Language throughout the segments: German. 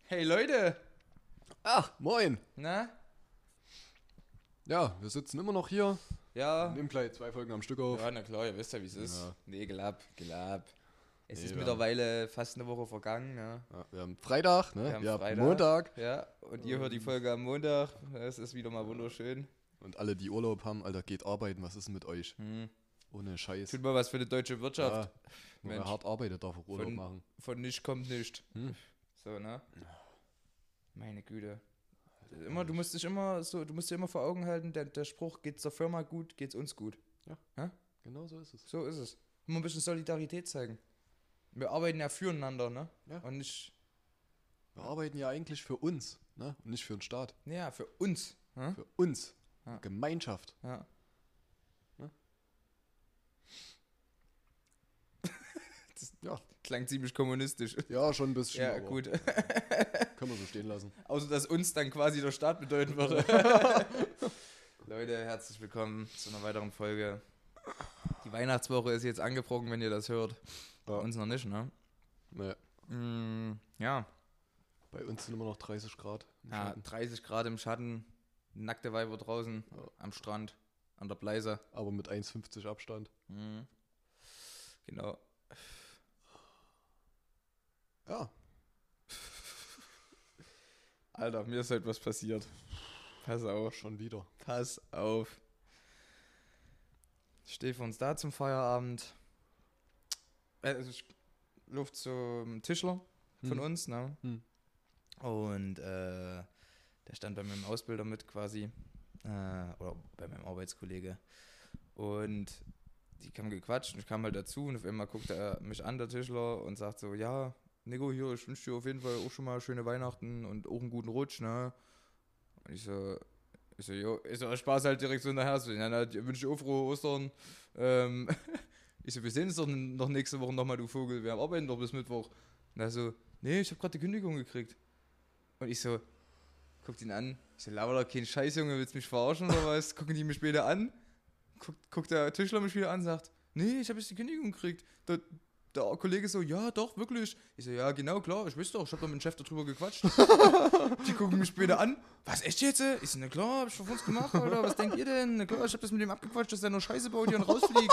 Hey Leute! Ach, moin. Na? Ja, wir sitzen immer noch hier. Ja. Nehmen gleich 2 Folgen am Stück auf. Ja, na klar, ihr wisst ja, wie es ist. Ja. Nee, gelab. Es Nee, ist ja. mittlerweile fast eine Woche vergangen, ja. Ja, wir haben Freitag, ne? Wir haben Freitag. Montag. Ja, und ihr hört die Folge am Montag. Es ist wieder mal wunderschön. Und alle, die Urlaub haben, Alter, geht arbeiten. Was ist denn mit euch? Hm. Ohne Scheiß. Tut mal was für die deutsche Wirtschaft. Ja, nur wer Mensch. hart arbeitet, darf auch Urlaub machen. Von nicht kommt nicht. Hm. So, ne? Meine Güte. Du musst dir immer vor Augen halten, der Spruch, geht's der Firma gut, geht's uns gut. Ja? Genau so ist es. So ist es. Immer ein bisschen Solidarität zeigen. Wir arbeiten ja füreinander, ne? Ja. Und nicht, Wir arbeiten ja eigentlich für uns, ne? Und nicht für den Staat. ja, für uns. Ne? Für uns. Ja. Gemeinschaft. Ja. Ne? Ja. Klang ziemlich kommunistisch. Ja, schon ein bisschen. Ja, aber gut. Können wir so stehen lassen. Außer, dass uns dann quasi der Staat bedeuten würde. Leute, herzlich willkommen zu einer weiteren Folge. Die Weihnachtswoche ist jetzt angebrochen, wenn ihr das hört. Bei Ja. uns noch nicht, ne? Ne, Ja. bei uns sind immer noch 30 Grad. im Ja, Schatten. 30 Grad im Schatten, nackte Weiber draußen, am Strand, an der Bleise. Aber mit 1,50 Abstand. Mhm. Genau. Ja. Alter, mir ist heute was passiert. Pass auf. Schon wieder. Pass auf. Ich stehe vor uns da zum Feierabend. Also ich laufe zum Tischler von uns, ne? Hm. Und der stand bei meinem Ausbilder mit quasi. Oder bei meinem Arbeitskollege. Und die haben gequatscht und ich kam halt dazu und auf einmal guckt er mich an, der Tischler, und sagt so, ja, Nico, hier, ich wünsche dir auf jeden Fall auch schon mal schöne Weihnachten und auch einen guten Rutsch, ne? Und ich so, jo, ist doch Spaß halt direkt so nachher. So, ja, ich wünsche dir auch frohe Ostern. Ich so, wir sehen uns doch noch nächste Woche nochmal, du Vogel. Wir arbeiten doch bis Mittwoch. Und er so, nee, ich habe gerade die Kündigung gekriegt. Und ich so, guckt ihn an. Ich so, laber doch keinen Scheiß, Junge, willst du mich verarschen oder was? Gucken die mich später an. Guckt der Tischler mich wieder an, sagt, nee, ich habe jetzt die Kündigung gekriegt. Der Kollege so, ja, doch, wirklich. Ich so, ja, genau, klar, ich weiß doch, ich habe doch mit dem Chef darüber gequatscht. Die gucken mich später an. Was, echt jetzt? Ich so, na klar, hab ich von uns gemacht, oder? Was denkt ihr denn? Na klar, ich hab das mit dem abgequatscht, dass der nur Scheiße baut hier und rausfliegt.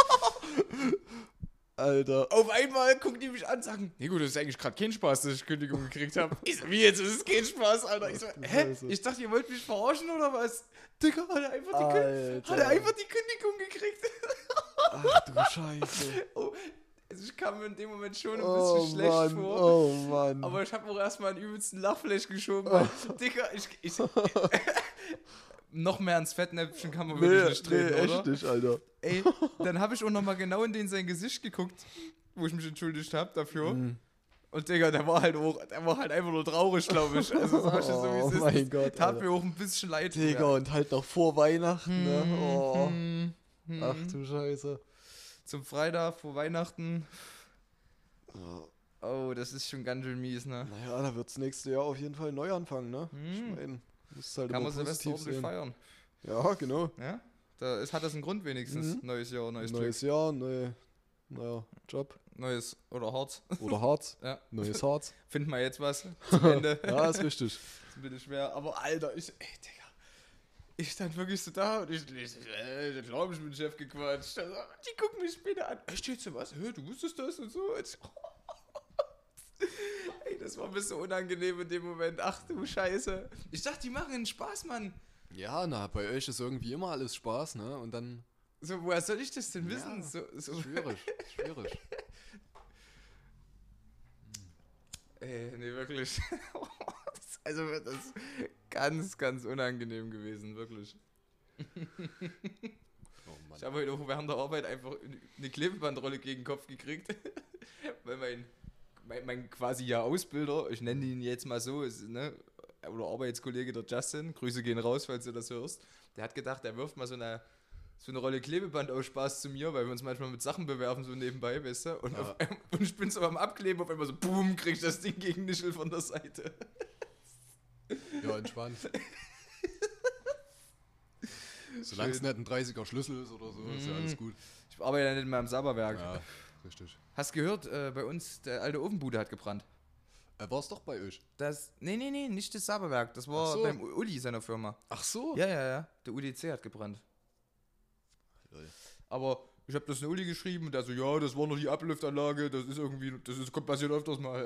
Alter. Auf einmal gucken die mich an und sagen, nee gut, das ist eigentlich gerade kein Spaß, dass ich Kündigung gekriegt habe. Ich so, wie jetzt, das ist kein Spaß, Alter. Ich so, hä? Ich dachte, ihr wollt mich verarschen, oder was? Digga, hat er einfach die Kündigung gekriegt. Ach du Scheiße. Oh, also ich kam mir in dem Moment schon ein bisschen schlecht vor. Oh Mann. Aber ich habe auch erstmal einen übelsten Lachflash geschoben. Weil, Digga, ich noch mehr ans Fettnäpfchen kann man wirklich nicht treten, oder? echt nicht, Alter. Ey, dann habe ich auch nochmal genau in sein Gesicht geguckt, wo ich mich entschuldigt habe dafür. Und Digga, der war halt einfach nur traurig, glaube ich. Also sag ich so, wie es ist. Mein Gott, Tat Alter. mir auch ein bisschen leid. Digga, Ja. und halt noch vor Weihnachten, ne? Oh. Hm. Ach du Scheiße. Zum Freitag vor Weihnachten. Oh, das ist schon ganz schön mies, ne? Naja, da wird's nächste Jahr auf jeden Fall neu anfangen, ne? Ich meine, muss halt Kann immer man Silvester positiv ordentlich sehen. feiern. Ja, genau. Ja? Hat das einen Grund wenigstens. Neues Jahr, neues Neues Glück. Jahr, neuer Job. Neues oder Harz. Oder Harz. Ja. Neues Harz. Finden wir jetzt was zum Ende. Ja, ist richtig. Ist ein bisschen schwer. Aber Alter, Digga. Ich stand wirklich so da und ich glaube, ich bin Chef gequatscht. Also, die gucken mich später an. Echt jetzt was? Hör, du wusstest das und so. Und ey, das war mir so unangenehm in dem Moment. Ach du Scheiße. Ich dachte, die machen einen Spaß, Mann. Ja, na, bei euch ist irgendwie immer alles Spaß, ne? Und dann. So, woher soll ich das denn wissen? Ja, So. Schwierig. Ey, nee, wirklich. Also wird das ganz, ganz unangenehm gewesen, wirklich. Oh Mann. Ich habe heute auch während der Arbeit einfach eine Klebebandrolle gegen den Kopf gekriegt, weil mein quasi ja Ausbilder, ich nenne ihn jetzt mal so, ist, ne, oder Arbeitskollege der Justin, Grüße gehen raus, falls du das hörst, der hat gedacht, er wirft mal so eine Rolle Klebeband aus Spaß zu mir, weil wir uns manchmal mit Sachen bewerfen, so nebenbei, weißt du, und, Ja. und ich bin so beim Abkleben, auf einmal so, boom, krieg ich das Ding gegen Nischel von der Seite. Ja, entspannt. Solange es nicht ein 30er Schlüssel ist oder so, ist ja alles gut. Ich arbeite ja nicht mehr im Saberwerk. Ja, richtig. Hast gehört, bei uns, der alte Ofenbude hat gebrannt. War es doch bei euch? Nee, nicht das Saberwerk. Das war so. beim Uli, seiner Firma. Ach so? Ja. Der UDC hat gebrannt. Lol. Aber ich habe das in Uli geschrieben und der so, ja, das war noch die Ablüftanlage, kommt passiert öfters mal.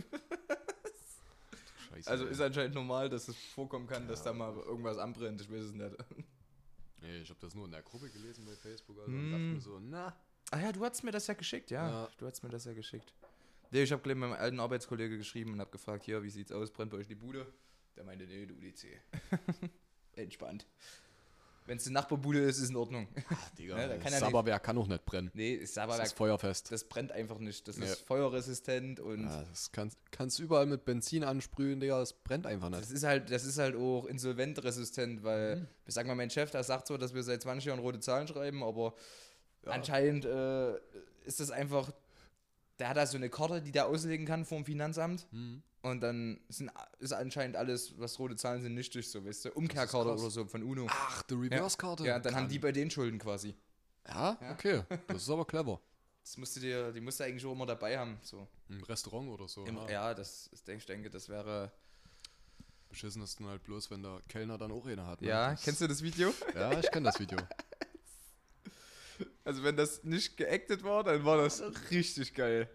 Scheiße. Also ist anscheinend normal, dass es vorkommen kann, dass da mal irgendwas anbrennt. Ich weiß es nicht. Nee, ich habe das nur in der Gruppe gelesen bei Facebook, Alter, und dachte mir so, na. Ah ja, du hast mir das ja geschickt, Ja. Du hast mir das ja geschickt. Nee, ich habe gleich mit meinem alten Arbeitskollege geschrieben und habe gefragt, hier, wie sieht's aus, brennt bei euch die Bude? Der meinte, nee, der UDC. Entspannt. Wenn es eine Nachbarbude ist, ist in Ordnung. Ach, Digga, Ja, da kann das ja Saberwerk kann auch nicht brennen. Nee, das Das Saberwerk, ist feuerfest. das brennt einfach nicht. Das Nee. ist feuerresistent und Ja, das kannst überall mit Benzin ansprühen, Digga, das brennt einfach nicht. das ist halt auch insolventresistent, weil, ich sag mal, mein Chef, der sagt so, dass wir seit 20 Jahren rote Zahlen schreiben, aber anscheinend ist das einfach, der hat da so eine Karte, die der auslegen kann vom Finanzamt und dann ist anscheinend alles, was rote Zahlen sind, nichtig, so, weißt du, Umkehrkarte krass. oder so von UNO. Ach, die Reverse-Karte. Ja, dann haben die bei denen Schulden quasi. Ja, okay. Das ist aber clever. Die musst du eigentlich auch immer dabei haben, so. Im Restaurant oder so. Ja, ich denke, das wäre... Beschissen ist dann halt bloß, wenn der Kellner dann auch eine hat. Ne? Ja, kennst du das Video? Ja, ich kenne das Video. Also wenn das nicht geactet war, dann war das richtig geil.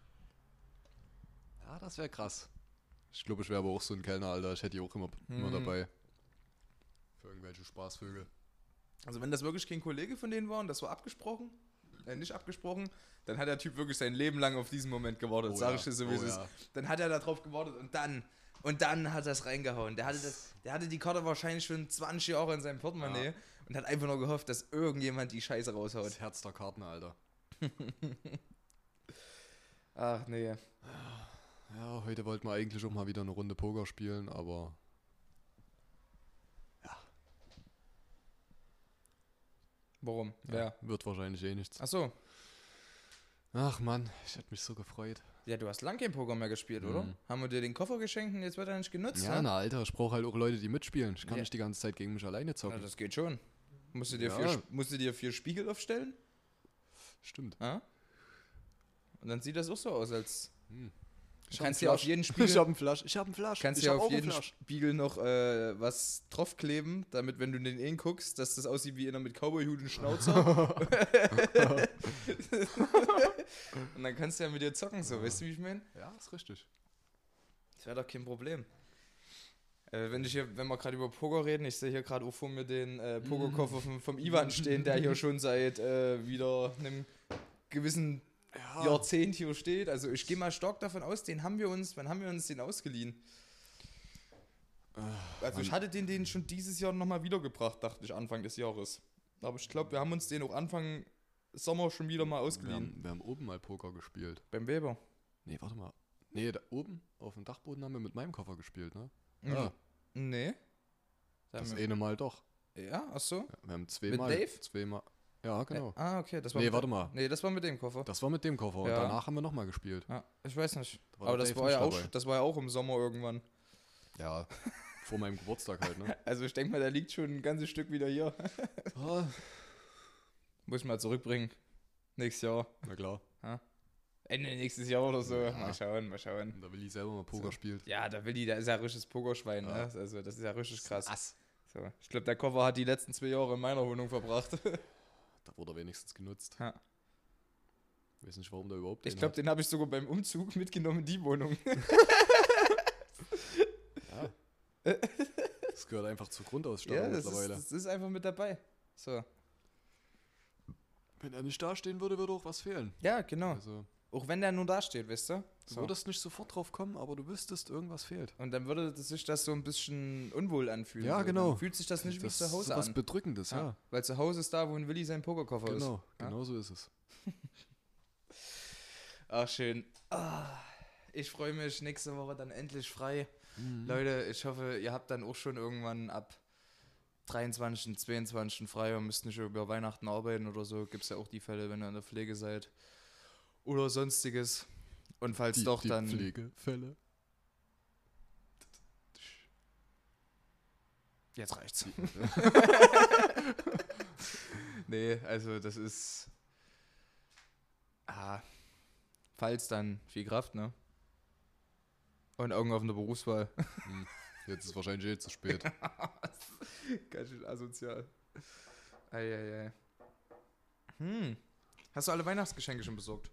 Ja, das wäre krass. Ich glaube, ich wäre aber auch so ein Kellner, Alter. Ich hätte die auch immer dabei. Für irgendwelche Spaßvögel. Also wenn das wirklich kein Kollege von denen war und das war abgesprochen, nicht abgesprochen, dann hat der Typ wirklich sein Leben lang auf diesen Moment gewartet, sag ich dir so, wie es ist. Dann hat er da drauf gewartet und dann hat er es reingehauen. Der hatte die Karte wahrscheinlich schon 20 Jahre in seinem Portemonnaie und hat einfach nur gehofft, dass irgendjemand die Scheiße raushaut. Das Herz der Karten, Alter. Ach nee. Ja, heute wollten wir eigentlich auch mal wieder eine Runde Poker spielen, aber... Warum? Ja, wird wahrscheinlich eh nichts. Ach so. Ach Mann, ich hätte mich so gefreut. Ja, du hast lang kein Poker mehr gespielt, oder? Haben wir dir den Koffer geschenkt und jetzt wird er nicht genutzt, Ja, ne? na Alter, ich brauche halt auch Leute, die mitspielen. Ich kann nicht die ganze Zeit gegen mich alleine Ja, zocken. das geht schon. Musst du Ja. dir 4 Spiegel aufstellen? Stimmt. Ah? Und dann sieht das auch so aus, als Ich kannst hab dir einen auf Flasch. jeden Spiegel Ich hab einen Flasch. kannst Ich dir hab auf auch einen jeden Flasch. Spiegel noch was draufkleben, damit, wenn du den guckst, dass das aussieht wie einer mit Cowboy-Hut und Schnauzer. Und dann kannst du ja mit dir zocken, so, weißt du, wie ich meine? Ja, ist richtig. Das wäre doch kein Problem. Wenn wir gerade über Poker reden, ich sehe hier gerade auch vor mir den Pokerkoffer vom Ivan stehen, der hier schon seit wieder einem gewissen Jahrzehnt hier steht. Also ich gehe mal stark davon aus, wann haben wir uns den ausgeliehen? Also ich hatte den schon dieses Jahr nochmal wiedergebracht, dachte ich, Anfang des Jahres. Aber ich glaube, wir haben uns den auch Anfang Sommer schon wieder mal ausgeliehen. Wir haben oben mal Poker gespielt. Beim Weber. Nee, warte mal. Nee, da oben auf dem Dachboden haben wir mit meinem Koffer gespielt, ne? Mhm. Ja, Nee. das eine Mal doch. Ja, ach so. Ja, wir haben zweimal. Dave? Zweimal. Ja, genau. Okay, das war Nee, mit warte mal. Nee, das war mit dem Koffer. Das war mit dem Koffer. Und Ja. danach haben wir nochmal gespielt. Ja, ich weiß nicht. Da war Aber der das Dave war, ja nicht auch, dabei. das war ja auch im Sommer irgendwann. Ja, vor meinem Geburtstag halt, ne? Also ich denke mal, der liegt schon ein ganzes Stück wieder hier. Ah, Muss ich mal zurückbringen. Nächstes Jahr. na klar. Ende nächstes Jahr oder so. Ja. Mal schauen. Und da Willi selber mal Poker So. spielt. Ja, da ist ja richtiges Pokerschwein. Ja. Ne? Also das ist ja richtig krass. Ass. So. Ich glaube, der Koffer hat die letzten 2 Jahre in meiner Wohnung verbracht. Da wurde er wenigstens genutzt. Ja. Weiß nicht, warum der überhaupt Ich glaube, den habe ich sogar beim Umzug mitgenommen in die Wohnung. Ja. Das gehört einfach zur Grundausstattung mittlerweile. das ist einfach mit dabei. So. Wenn er nicht dastehen würde, würde auch was fehlen. Ja, genau. Also, Auch wenn der nur da steht, weißt du? du würdest nicht sofort drauf kommen, aber du wüsstest, irgendwas fehlt. Und dann würde sich das so ein bisschen unwohl anfühlen. Ja, so. genau. Dann fühlt sich das nicht wie Das zu Hause ist was an. Bedrückendes, ja. Weil zu Hause ist da, wo ein Willi sein Pokerkoffer ist. Genau, Ja? genau so ist es. Ach, schön. Ich freue mich, nächste Woche dann endlich frei. Leute, ich hoffe, ihr habt dann auch schon irgendwann ab 23. und 22. frei und müsst nicht über Weihnachten arbeiten oder so. Gibt es ja auch die Fälle, wenn ihr in der Pflege seid. Oder sonstiges. Und falls Die dann... Pflegefälle. Jetzt reicht's. Nee, also das ist... falls dann viel Kraft, ne? Und Augen auf eine Berufswahl. Jetzt ist wahrscheinlich zu spät. Ganz schön asozial. Eieiei. Hast du alle Weihnachtsgeschenke schon besorgt?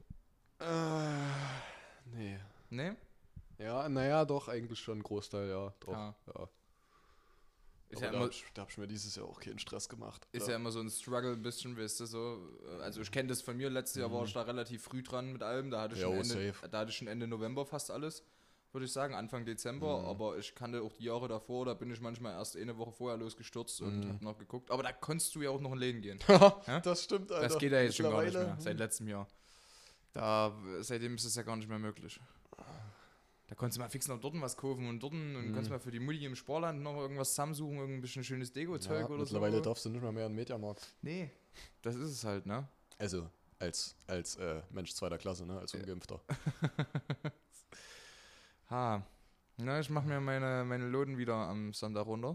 Nee. Nee? Ja, naja, doch, eigentlich schon ein Großteil, ja. Doch, Ah. ja. Ist Aber ja, immer, da hab ich mir dieses Jahr auch keinen Stress gemacht. ist ja immer so ein Struggle ein bisschen, weißt du, so. Also ich kenne das von mir, letztes Jahr war ich da relativ früh dran mit allem, da hatte ich, da hatte ich schon Ende November fast alles, würde ich sagen, Anfang Dezember, aber ich kannte auch die Jahre davor, da bin ich manchmal erst eine Woche vorher losgestürzt und hab noch geguckt, aber da konntest du ja auch noch in Läden gehen. Das stimmt, Alter. Das geht ja jetzt schon gar nicht mehr, seit letztem Jahr. Seitdem ist es ja gar nicht mehr möglich. Da konntest du mal fix noch dort was kaufen und dort und konntest mal für die Mutti im Sportland noch irgendwas zusammensuchen, irgendein bisschen schönes Deko-Zeug oder so. Mittlerweile darfst du nicht mehr in den Mediamarkt. Nee, das ist es halt, ne? Also, als Mensch zweiter Klasse, ne? Als Ungeimpfter. Na, ich mache mir meine Loden wieder am Sonntag runter.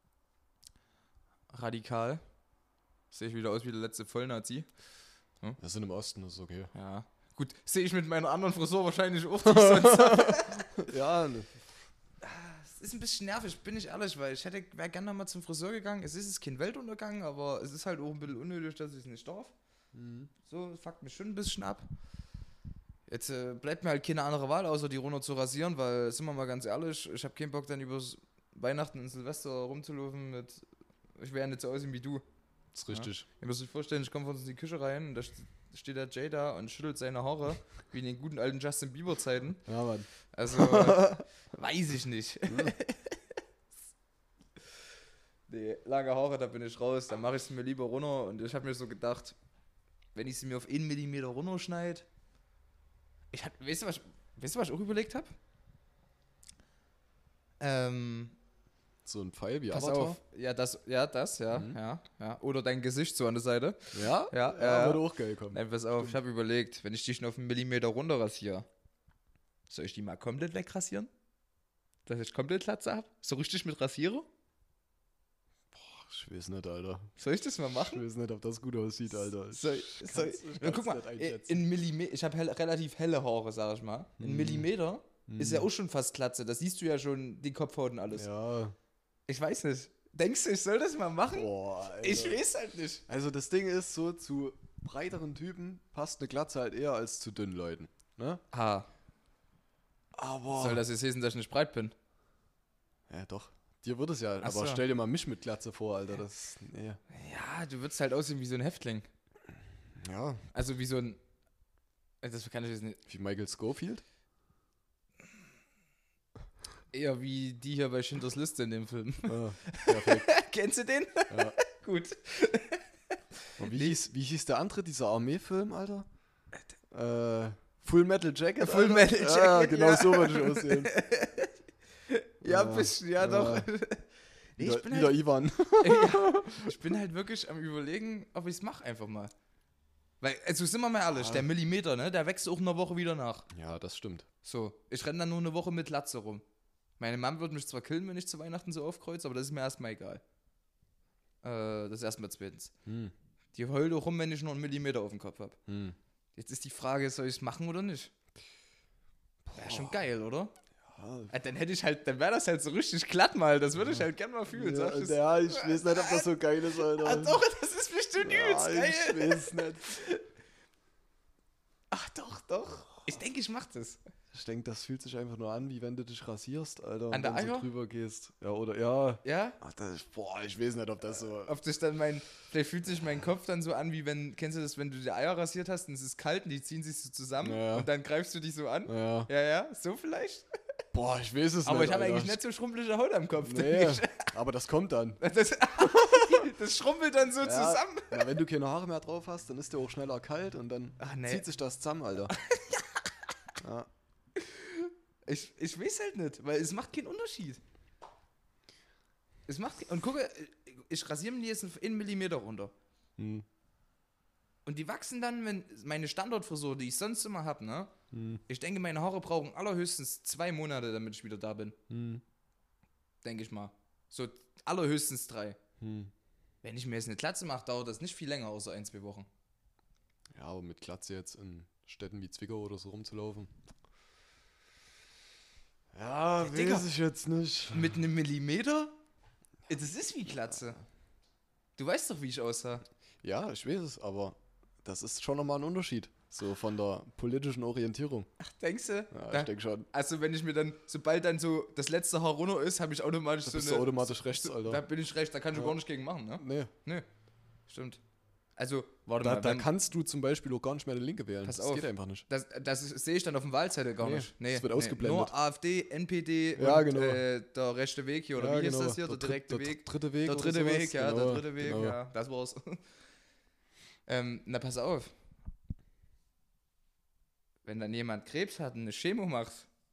Radikal. Sehe ich wieder aus wie der letzte Vollnazi. Wir sind im Osten, das ist okay. Ja. Gut, sehe ich mit meiner anderen Frisur wahrscheinlich auch nicht sonst. Ja, ne. Es ist ein bisschen nervig, bin ich ehrlich, weil ich wäre gerne mal zum Friseur gegangen. Es ist kein Weltuntergang, aber es ist halt auch ein bisschen unnötig, dass ich es nicht darf. So, fuckt mich schon ein bisschen ab. Jetzt bleibt mir halt keine andere Wahl, außer die runter zu rasieren, weil, sind wir mal ganz ehrlich, ich habe keinen Bock dann über Weihnachten und Silvester rumzulaufen mit, ich wäre nicht so aussehen wie du. Das ist richtig. Ja? Ihr müsst euch vorstellen, ich komme von uns in die Küche rein und da steht der Jay da und schüttelt seine Haare, wie in den guten alten Justin Bieber Zeiten. Ja, Mann. Also, weiß ich nicht. Nee, lange Haare, da bin ich raus, dann mache ich es mir lieber runter und ich habe mir so gedacht, wenn ich sie mir auf 1 Millimeter runterschneide, weißt du, was ich auch überlegt habe? So ein Pfeil wie Pass Avatar. auf, ja. Oder dein Gesicht so an der Seite. Ja? Ja, würde auch geil kommen. Nein, pass auf, ich habe überlegt, wenn ich dich schon auf 1 Millimeter runter rasiere, soll ich die mal komplett wegrasieren? Dass ich komplett Glatze habe? So richtig mit Rasierer? Ich weiß nicht, Alter. Soll ich das mal Ich machen? weiß nicht, ob das gut aussieht, Alter. Guck mal, in Millimeter, ich habe relativ helle Haare, sag ich mal. In Millimeter ist ja auch schon fast Glatze. Da siehst du ja schon die Kopfhaut und alles. Ja. Ich weiß nicht. Denkst du, ich soll das mal machen? Boah, Alter. Ich weiß halt nicht. Also das Ding ist so, zu breiteren Typen passt eine Glatze halt eher als zu dünnen Leuten. Ne? Aber... Soll das jetzt heißen, dass ich nicht breit bin? Ja, doch. Dir wird es ja. Ach Aber so. stell dir mal mich mit Glatze vor, Alter. Das... Nee. Ja, du würdest halt aussehen wie so ein Häftling. Ja. Also wie so ein... Das kann ich jetzt nicht... Wie Michael Scofield? Eher wie die hier bei Schindlers Liste in dem Film. Ah, perfekt. Kennst du den? Ja. Gut. Und wie hieß der andere, dieser Armeefilm, Alter? Full Metal Jacket? Full Alter? Metal Jacket, Ja, genau ja. so würde ich aussehen. Ja, ein bisschen, ja doch. Nee, Wieder Ivan. ich bin halt wirklich am Überlegen, ob ich es mache einfach mal. Weil, also sind wir mal ehrlich, der Millimeter, ne, der wächst auch in einer Woche wieder nach. Ja, das stimmt. So, ich renne dann nur eine Woche mit Latze rum. Meine Mom wird mich zwar killen, wenn ich zu Weihnachten so aufkreuze, aber das ist mir erstmal egal. Das ist erstmal zweitens. Die heult auch rum, wenn ich nur 1 Millimeter auf dem Kopf habe. Jetzt ist die Frage, soll ich es machen oder nicht? Wäre schon geil, oder? Ja. Dann wäre das halt so richtig glatt mal. Das würde ich halt gern mal fühlen. Ja, ich weiß nicht, ob das so geil ist, Alter. Ah, doch, das ist bestimmt übelst geil. Ich weiß nicht. Ach, doch. Ich denke, ich mach das. Ich denke, das fühlt sich einfach nur an, wie wenn du dich rasierst, Alter. An der und dann Eier? so drüber gehst. Ja, oder? Ja. Ja? Ach, ich weiß nicht, ob das so... Ob sich dann vielleicht fühlt sich mein Kopf dann so an, wie wenn, kennst du das, wenn du die Eier rasiert hast und es ist kalt und die ziehen sich so zusammen und dann greifst du dich so an? Ja. Ja, so vielleicht? Boah, ich weiß es Aber nicht, ich habe Alter. eigentlich nicht so schrumpelige Haut am Kopf. Nee, aber das kommt dann. Das schrumpelt dann so zusammen. Na, wenn du keine Haare mehr drauf hast, dann ist dir auch schneller kalt und dann zieht sich das zusammen, Alter. Ja. Ich weiß halt nicht, weil es macht keinen Unterschied. Und gucke, ich rasiere mir die jetzt 1 Millimeter runter. Und die wachsen dann, wenn meine Standardfrisur, die ich sonst immer habe, ne? Ich denke, meine Haare brauchen allerhöchstens 2 Monate, damit ich wieder da bin. Denke ich mal. So allerhöchstens 3. Wenn ich mir jetzt eine Glatze mache, dauert das nicht viel länger, außer 1-2 Wochen. Ja, aber mit Glatze jetzt in Städten wie Zwickau oder so rumzulaufen. Ja, Digga. Weiß ich jetzt nicht. Mit einem Millimeter? Das ist wie Glatze. Du weißt doch, wie ich aussah. Ja, ich weiß es, aber das ist schon nochmal ein Unterschied. So von der politischen Orientierung. Ach, denkst du? Ja, ich denke schon. Also wenn ich mir dann, sobald dann so das letzte Haar runter ist, habe ich automatisch Da so bist du automatisch rechts, Alter. Da bin ich rechts, da kann ich gar nicht gegen machen, ne? Nee. Nee, stimmt. Also, warte Da, mal. da kannst du zum Beispiel auch gar nicht mehr eine Linke wählen. Pass das auf. geht einfach nicht. Das sehe ich dann auf dem Wahlzettel gar Nee, nicht. Nee, das wird nee. ausgeblendet. Nur AfD, NPD Ja, und genau. Der rechte Weg hier, oder Ja, wie genau. ist das hier? Der direkte der Weg? dritte Weg. Der oder dritte sowas. Weg, ja, Genau, der dritte Weg, genau. ja, das war's. Na, pass auf. Wenn dann jemand Krebs hat und eine Chemo macht.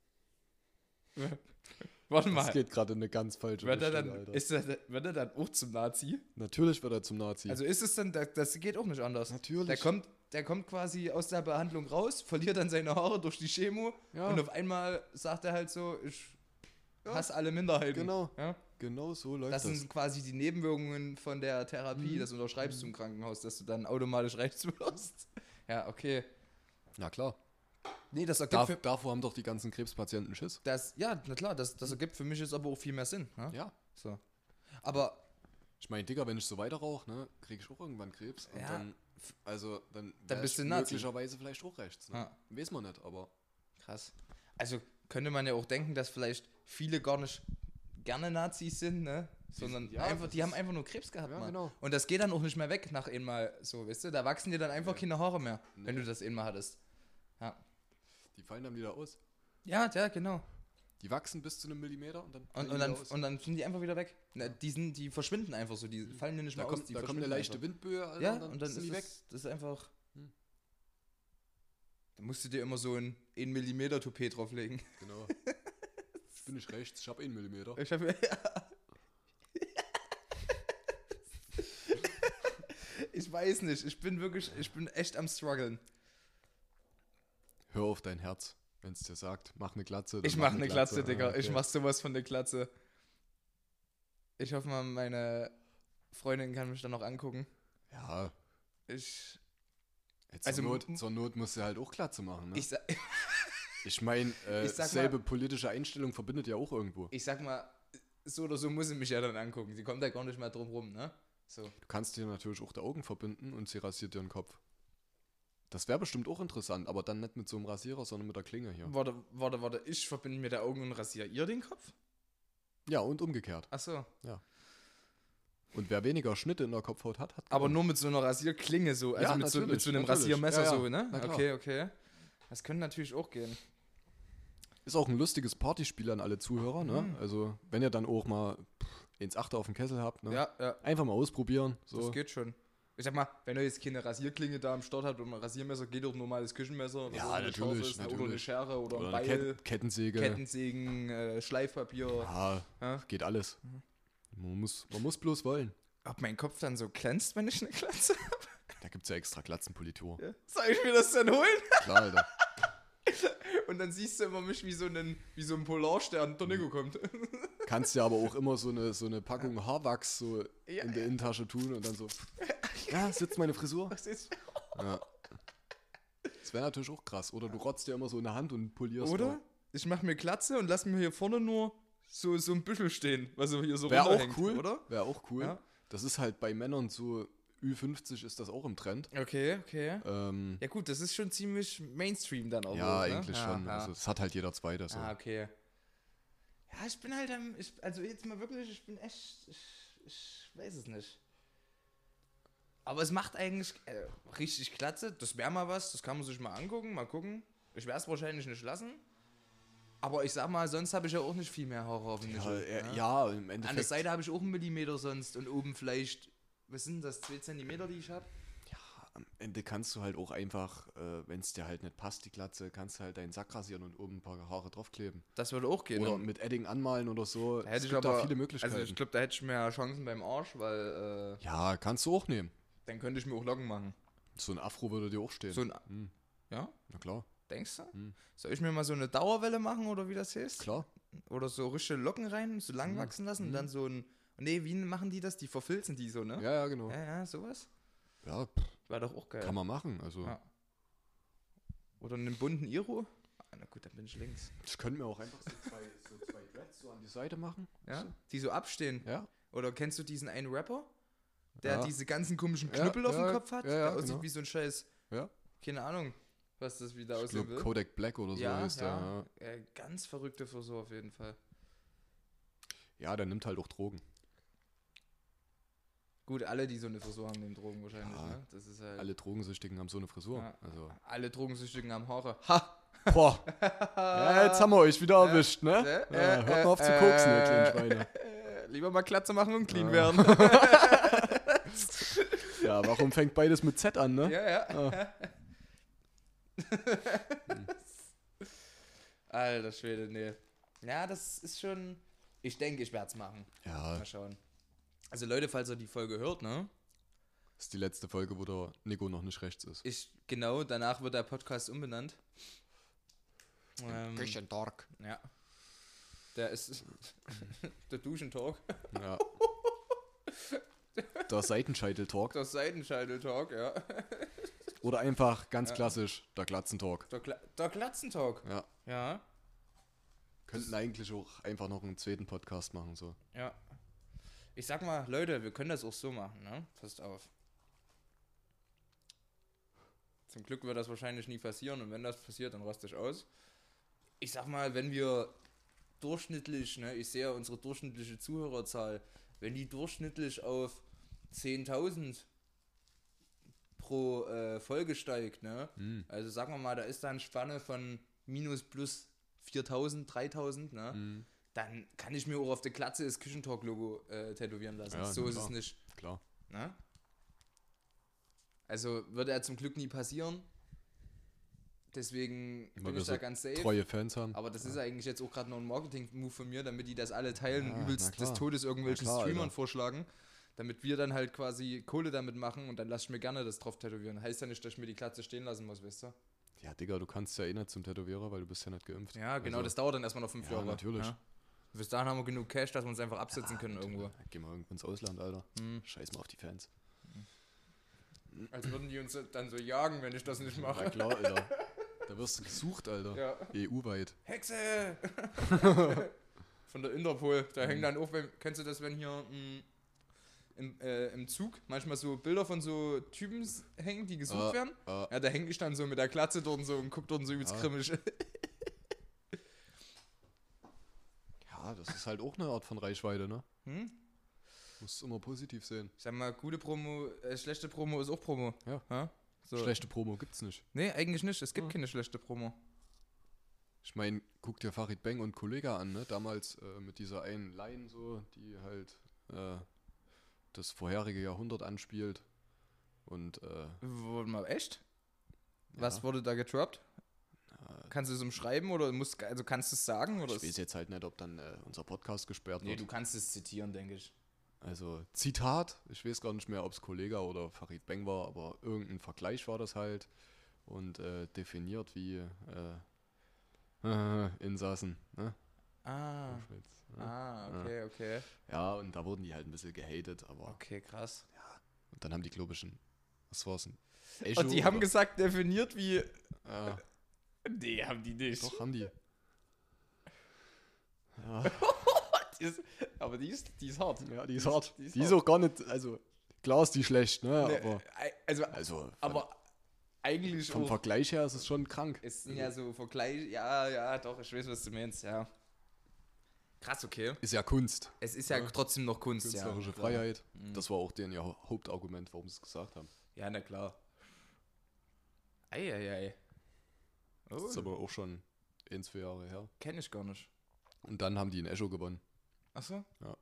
Warte mal. Das geht gerade in eine ganz falsche Wird er Richtung, dann, Alter. wird er dann auch zum Nazi? Natürlich wird er zum Nazi. Also ist es dann, das geht auch nicht anders. Natürlich. Der kommt quasi aus der Behandlung raus, verliert dann seine Haare durch die Chemo Ja. und auf einmal sagt er halt so, ich Ja. hasse alle Minderheiten. Genau. Ja? Genau so läuft Das das. sind quasi die Nebenwirkungen von der Therapie, das unterschreibst du im Krankenhaus, dass du dann automatisch rechts wirst. Ja, okay. Na klar. Nee, das ergibt für, Davor haben doch die ganzen Krebspatienten Schiss. ja, na klar, das ergibt für mich jetzt aber auch viel mehr Sinn. Ne? Ja. So. Aber Ich meine, Digga, wenn ich so weiter rauche, ne, krieg ich auch irgendwann Krebs. Und Ja. dann Dann wär bist ich du Nazi. möglicherweise vielleicht auch rechts. Ne? Ja. Weiß man nicht, aber krass. Also könnte man ja auch denken, dass vielleicht viele gar nicht gerne Nazis sind, ne? Sondern ja, einfach, das die haben ist- einfach nur Krebs gehabt, Ja, Mann. genau. Und das geht dann auch nicht mehr weg nach einmal so, weißt du? Da wachsen dir dann einfach keine Haare mehr, wenn du das einmal hattest. Ja. die fallen dann wieder aus. Ja, genau. Die wachsen bis zu einem Millimeter und dann fallen Und die dann, wieder aus. und dann sind die einfach wieder weg. Ne, die verschwinden einfach so, die fallen dir nicht da mehr kommt, aus. Die da kommt eine verschwinden leichte einfach. Windböe, Alter, Ja, und dann sind ist die weg. das ist einfach. Hm. Da musst du dir immer so ein 1 mm Toupet drauflegen. Genau. Ich bin nicht rechts, ich habe 1 Millimeter. Ich habe Ich weiß nicht, ich bin echt am struggeln. Hör auf dein Herz, wenn es dir sagt, mach eine Glatze. dann Ich mach eine Glatze, Digga. Ah, Ich okay. mach sowas von der Glatze. Ich hoffe mal, meine Freundin kann mich dann noch angucken. Ja, Ich zur, Also, Not, zur Not musst du halt auch Glatze machen. Ne? sag, Ich meine, Ich sag selbe politische Einstellung verbindet ja auch irgendwo. ich sag mal, so oder so muss sie mich ja dann angucken. Sie kommt da gar nicht mehr drum rum, ne? So. Du kannst dir natürlich auch die Augen verbinden und sie rasiert dir den Kopf. Das wäre bestimmt auch interessant, aber dann nicht mit so einem Rasierer, sondern mit der Klinge hier. Warte. Ich verbinde mir der Augen und rasiere ihr den Kopf? Ja, und umgekehrt. Ach so. Und wer weniger Schnitte in der Kopfhaut hat, hat Aber gewonnen. nur mit so einer Rasierklinge so. Also Ja, mit so natürlich, einem natürlich. Rasiermesser Ja, ja. so, ne? Na klar. Okay. Das könnte natürlich auch gehen. Ist auch ein lustiges Partyspiel an alle Zuhörer, ne? Mhm. Also, wenn ihr dann auch mal 1,8 auf dem Kessel habt, ne? Ja. Einfach mal ausprobieren. So. Das geht schon. Ich sag mal, wenn ihr jetzt keine Rasierklinge da am Start habt und ein Rasiermesser, geht auch ein normales Küchenmesser. was Ja, auch eine natürlich, scharf ist, ne? Oder eine natürlich. Schere oder ein Oder eine Beil, Kettensäge. Kettensägen, Schleifpapier. Ja, Ja. geht alles. Man muss bloß wollen. Ob mein Kopf dann so glänzt, wenn ich eine Glatze habe? Da gibt es ja extra Glatzenpolitur. Soll ich mir das dann holen? Klar, Alter. Und dann siehst du immer mich wie so ein Polarstern, der Nico kommt. Kannst ja aber auch immer so eine Packung Haarwachs so Ja, in die Innentasche tun und dann so. Ja, sitzt meine Frisur. Was ist? Ja. Das wäre natürlich auch krass. Oder du rotzt dir immer so in der Hand und polierst. Oder? Ich mach mir Glatze und lass mir hier vorne nur so ein Büschel stehen, was so hier so Wäre auch runterhängt, cool, oder? Wäre auch cool. Ja. Das ist halt bei Männern so Ü50 ist das auch im Trend. Okay. Ähm, Ja gut, das ist schon ziemlich Mainstream dann auch. ja, auch, ne? eigentlich schon. Ja. Also, es hat halt jeder Zweite. So. Okay. Ja, ich bin halt also jetzt mal wirklich, ich bin echt, ich weiß es nicht. Aber es macht eigentlich richtig Glatze, das wäre mal was, das kann man sich mal angucken, mal gucken. Ich werde es wahrscheinlich nicht lassen. Aber ich sag mal, sonst habe ich ja auch nicht viel mehr Horror auf dem Ja, im An der Endeffekt. Seite habe ich auch einen Millimeter sonst und oben vielleicht, was sind das, 2 Zentimeter, die ich habe? Am Ende kannst du halt auch einfach, wenn es dir halt nicht passt, die Glatze, kannst du halt deinen Sack rasieren und oben ein paar Haare draufkleben. Das würde auch gehen. Oder mit Edding anmalen oder so. Da hätte Es ich gibt aber, da viele Möglichkeiten. Also ich glaube, da hätte ich mehr Chancen beim Arsch, weil Ja, kannst du auch nehmen. dann könnte ich mir auch Locken machen. So ein Afro würde dir auch stehen. So ein, Hm, ja, na klar, denkst du? Hm. Soll ich mir mal so eine Dauerwelle machen oder wie das heißt? klar. Oder so richtige Locken rein, so lang wachsen lassen und dann so ein, nee, wie machen die das? Die verfilzen die so, ne? Ja, genau. Ja, sowas. Ja, War doch auch geil. kann man machen. Also, Ja. Oder einen bunten Iro. Na gut, dann bin ich links. Das können wir auch einfach so zwei Dreads so an die Seite machen. Ja? Die so abstehen. Ja. Oder kennst du diesen einen Rapper, der Ja. diese ganzen komischen Ja, Knüppel auf dem ja, Kopf hat? ja, ja, der aussieht genau. wie so ein Scheiß. Ja. Keine Ahnung, was das wieder Ich aussehen glaube, will. Kodak Black oder so ja, heißt ja. der. Ganz verrückte Frisur auf jeden Fall. Ja, der nimmt halt auch Drogen. Gut, alle, die so eine Frisur haben, nehmen Drogen wahrscheinlich, Ja. ne? Das ist halt. Alle Drogensüchtigen haben so eine Frisur. Ja. Also. Alle Drogensüchtigen haben Haare. Ha! Boah. Ja, jetzt haben wir euch wieder erwischt, ne? Hört mal auf zu koksen, ihr kleinen Schweine. Lieber mal Glatze machen und clean Ja. werden. Ja, warum fängt beides mit Z an, ne? Ja, ja. Ah. Alter Schwede, nee. Ja, das ist schon. Ich denke, ich werde es machen. Ja, Mal schauen. Also Leute, falls ihr die Folge hört, ne? das ist die letzte Folge, wo der Nico noch nicht rechts ist. Genau, danach wird der Podcast umbenannt. Dark. Ja. Der ist der Duschentalk. Ja. Der Seitenscheitel-Talk. Der Seitenscheitel-Talk, ja. Oder einfach ganz klassisch, der Glatzentalk. Der Glatzentalk. Ja. Ja, Könnten eigentlich auch einfach noch einen zweiten Podcast machen, so. ja. Ich sag mal, Leute, wir können das auch so machen, ne? Passt auf. Zum Glück wird das wahrscheinlich nie passieren und wenn das passiert, dann raste ich aus. Ich sag mal, wenn wir durchschnittlich, ne, ich sehe ja unsere durchschnittliche Zuhörerzahl, wenn die durchschnittlich auf 10.000 pro Folge steigt, ne? Also sagen wir mal, da ist da eine Spanne von minus plus 4.000, 3.000, ne? Dann kann ich mir auch auf der Glatze das Küchentalk-Logo tätowieren lassen. Ja, so ist klar. es nicht. Klar. Ne? Also würde ja zum Glück nie passieren. Deswegen Weil bin wir ich da so ganz safe. treue Fans haben. Aber das ist eigentlich jetzt auch gerade noch ein Marketing-Move von mir, damit die das alle teilen und Ja, übelst na klar. des Todes irgendwelchen Na klar, Streamern Alter. vorschlagen. Damit wir dann halt quasi Kohle damit machen und dann lasse ich mir gerne das drauf tätowieren. Heißt ja nicht, dass ich mir die Glatze stehen lassen muss, weißt du? Ja, Digga, du kannst ja eh nicht zum Tätowierer, weil du bist ja nicht geimpft. Ja, genau, Also, das dauert dann erstmal noch 5 ja, Jahre. natürlich. Ja. Bis dahin haben wir genug Cash, dass wir uns einfach absetzen können irgendwo. Geh mal irgendwo ins Ausland, Alter. Hm. Scheiß mal auf die Fans. Als würden die uns dann so jagen, wenn ich das nicht Na mache. klar, Alter. Da wirst du gesucht, Alter. Ja. EU-weit. Hexe! Von der Interpol. Da hängen dann auch, kennst du das, wenn hier im Zug manchmal so Bilder von so Typen hängen, die gesucht werden? Ja, da hänge ich dann so mit der Glatze dort und so und guck dort so übelst grimmig. Ja, das ist halt auch eine Art von Reichweite, ne? Hm? Musst immer positiv sehen. Ich sag mal, gute Promo, schlechte Promo ist auch Promo. Ja. Ha? So. Schlechte Promo gibt's nicht. Nee, eigentlich nicht. Es gibt keine schlechte Promo. Ich meine, guck dir Farid Bang und Kollega an, ne? Damals mit dieser einen Line so, die halt das vorherige Jahrhundert anspielt. Und Wurde mal echt? Ja. Was wurde da getroppt? Kannst du es umschreiben oder kannst du es sagen? Oder ich weiß jetzt halt nicht, ob dann unser Podcast gesperrt Nee, wird. du kannst es zitieren, denke ich. Also Zitat, ich weiß gar nicht mehr, ob es Kollega oder Farid Bang war, aber irgendein Vergleich war das halt. Und definiert wie Insassen, ne? Ah, Auschwitz, ne? okay. Ja, und da wurden die halt ein bisschen gehatet, aber Okay, krass. und dann haben die, glaube ich, was war's denn? Und die haben gesagt, definiert wie. Ja, Nee, haben die nicht. doch, haben die. Ja, Aber die ist hart. ja, die ist hart. die ist Die ist hart. auch gar nicht, also klar ist die schlecht, ne? Nee, Also aber eigentlich vom auch. Vergleich her ist es schon krank. Es sind ja so Vergleich. Ja, doch, ich weiß, was du meinst, ja. Krass, okay. Ist ja Kunst. Es ist ja trotzdem noch Kunst, Künstlerische ja. klar. Freiheit. Das war auch deren ihr Hauptargument, warum sie es gesagt haben. Ja, na klar. Eieiei. Das ist aber auch schon 1-2 Jahre her. Kenn ich gar nicht. Und dann haben die in Echo gewonnen. Achso? Ja.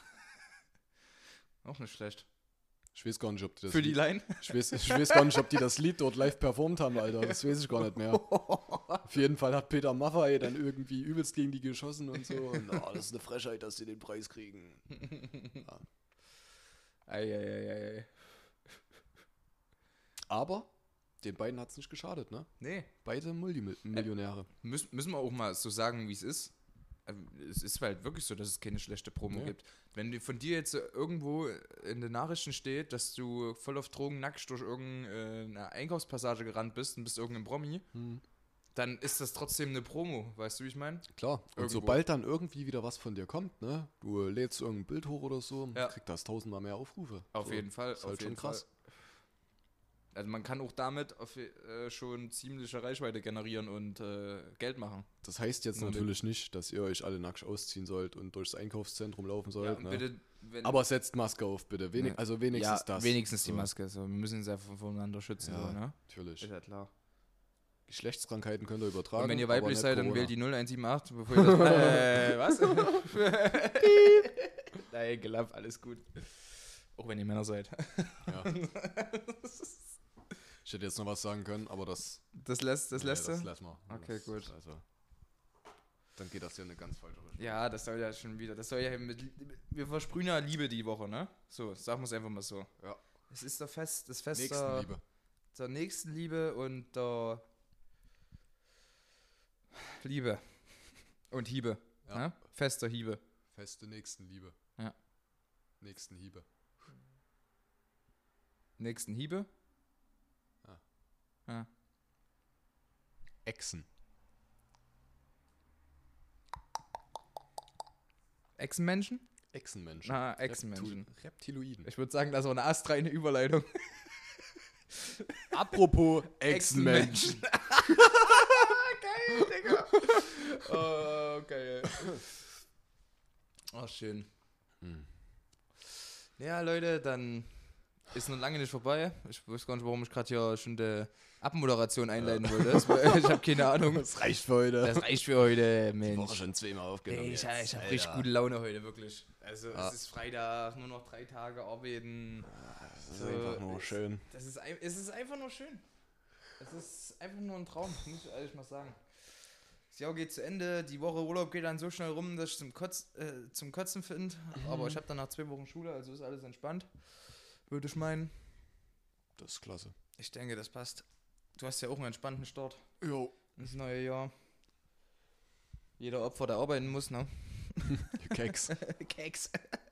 Auch nicht schlecht. Ich weiß gar nicht, ob die das Für die Lied, Line? ich weiß gar nicht, ob die das Lied dort live performt haben, Alter. Das weiß ich gar nicht mehr. Auf jeden Fall hat Peter Maffay dann irgendwie übelst gegen die geschossen und so. Und das ist eine Frechheit, dass sie den Preis kriegen. Ja. Eieiei. Aber den beiden hat es nicht geschadet, ne? Nee. Beide Multimillionäre. Müssen wir auch mal so sagen, wie es ist. Es ist halt wirklich so, dass es keine schlechte Promo Ja. gibt. Wenn von dir jetzt irgendwo in den Nachrichten steht, dass du voll auf Drogen nackt durch irgendeine Einkaufspassage gerannt bist und bist irgendein Promi, dann ist das trotzdem eine Promo, weißt du, wie ich meine? Klar. Und Irgendwo. sobald dann irgendwie wieder was von dir kommt, ne? Du lädst irgendein Bild hoch oder so, Ja. kriegt das 1000-mal mehr Aufrufe. Auf so. jeden Fall. Ist halt auf schon jeden krass. Fall. Also man kann auch damit schon ziemliche Reichweite generieren und Geld machen. Das heißt jetzt Nur natürlich nicht, dass ihr euch alle nackt ausziehen sollt und durchs Einkaufszentrum laufen Ja, sollt. und ne? bitte, wenn, Aber setzt Maske auf, bitte. Ja. Also wenigstens ja, das. wenigstens die So. Maske. So. Wir müssen uns ja voneinander schützen. Ja, So, ne? natürlich. Ist ja klar. Geschlechtskrankheiten könnt ihr übertragen. Und wenn ihr aber weiblich nicht seid, dann Corona. wählt die 0178, bevor ihr das... was? Nein, gelapp, alles gut. Auch wenn ihr Männer seid. Ja. Ich hätte jetzt noch was sagen können, aber das... Das lässt nee, du? das lassen wir. Okay, das, gut. Also, dann geht das ja in eine ganz falsche Richtung. Ja, das soll ja schon wieder... Das soll ja wir versprühen ja Liebe die Woche, ne? So, sagen wir es einfach mal so. Ja. Es ist das Fest der, Nächstenliebe. der Nächstenliebe und der Liebe. Und Hiebe. Ja. Ne? Fest der Hiebe. Feste Nächstenliebe. Ja. Nächstenhiebe. Nächstenhiebe? Ja. Ja. Echsen. Echsenmenschen? Echsenmenschen. Ah, Echsenmenschen. Reptiloiden. Ich würde sagen, das ist auch eine astreine Überleitung. Apropos Echsenmenschen. Geil, Digga. Oh, geil. Oh, schön. Ja, Leute, dann ist noch lange nicht vorbei. Ich weiß gar nicht, warum ich gerade hier schon die Abmoderation einleiten wollte. Ich habe keine Ahnung. Das reicht für heute. Das reicht für heute, Die Mensch. Woche schon zweimal aufgenommen. Ich jetzt. habe richtig Alter. gute Laune heute, wirklich. Also Ja. es ist Freitag, nur noch 3 Tage arbeiten. Das ist einfach nur schön. Es ist einfach nur schön. Es ist einfach nur ein Traum, muss ich ehrlich mal sagen. Das Jahr geht zu Ende, die Woche Urlaub geht dann so schnell rum, dass ich zum Kotzen finde. Aber ich habe dann nach 2 Wochen Schule, also ist alles entspannt. Würde ich meinen. Das ist klasse. Ich denke, das passt. Du hast ja auch einen entspannten Start Jo. ins neue Jahr. Jeder Opfer, der arbeiten muss, ne? Keks. Keks.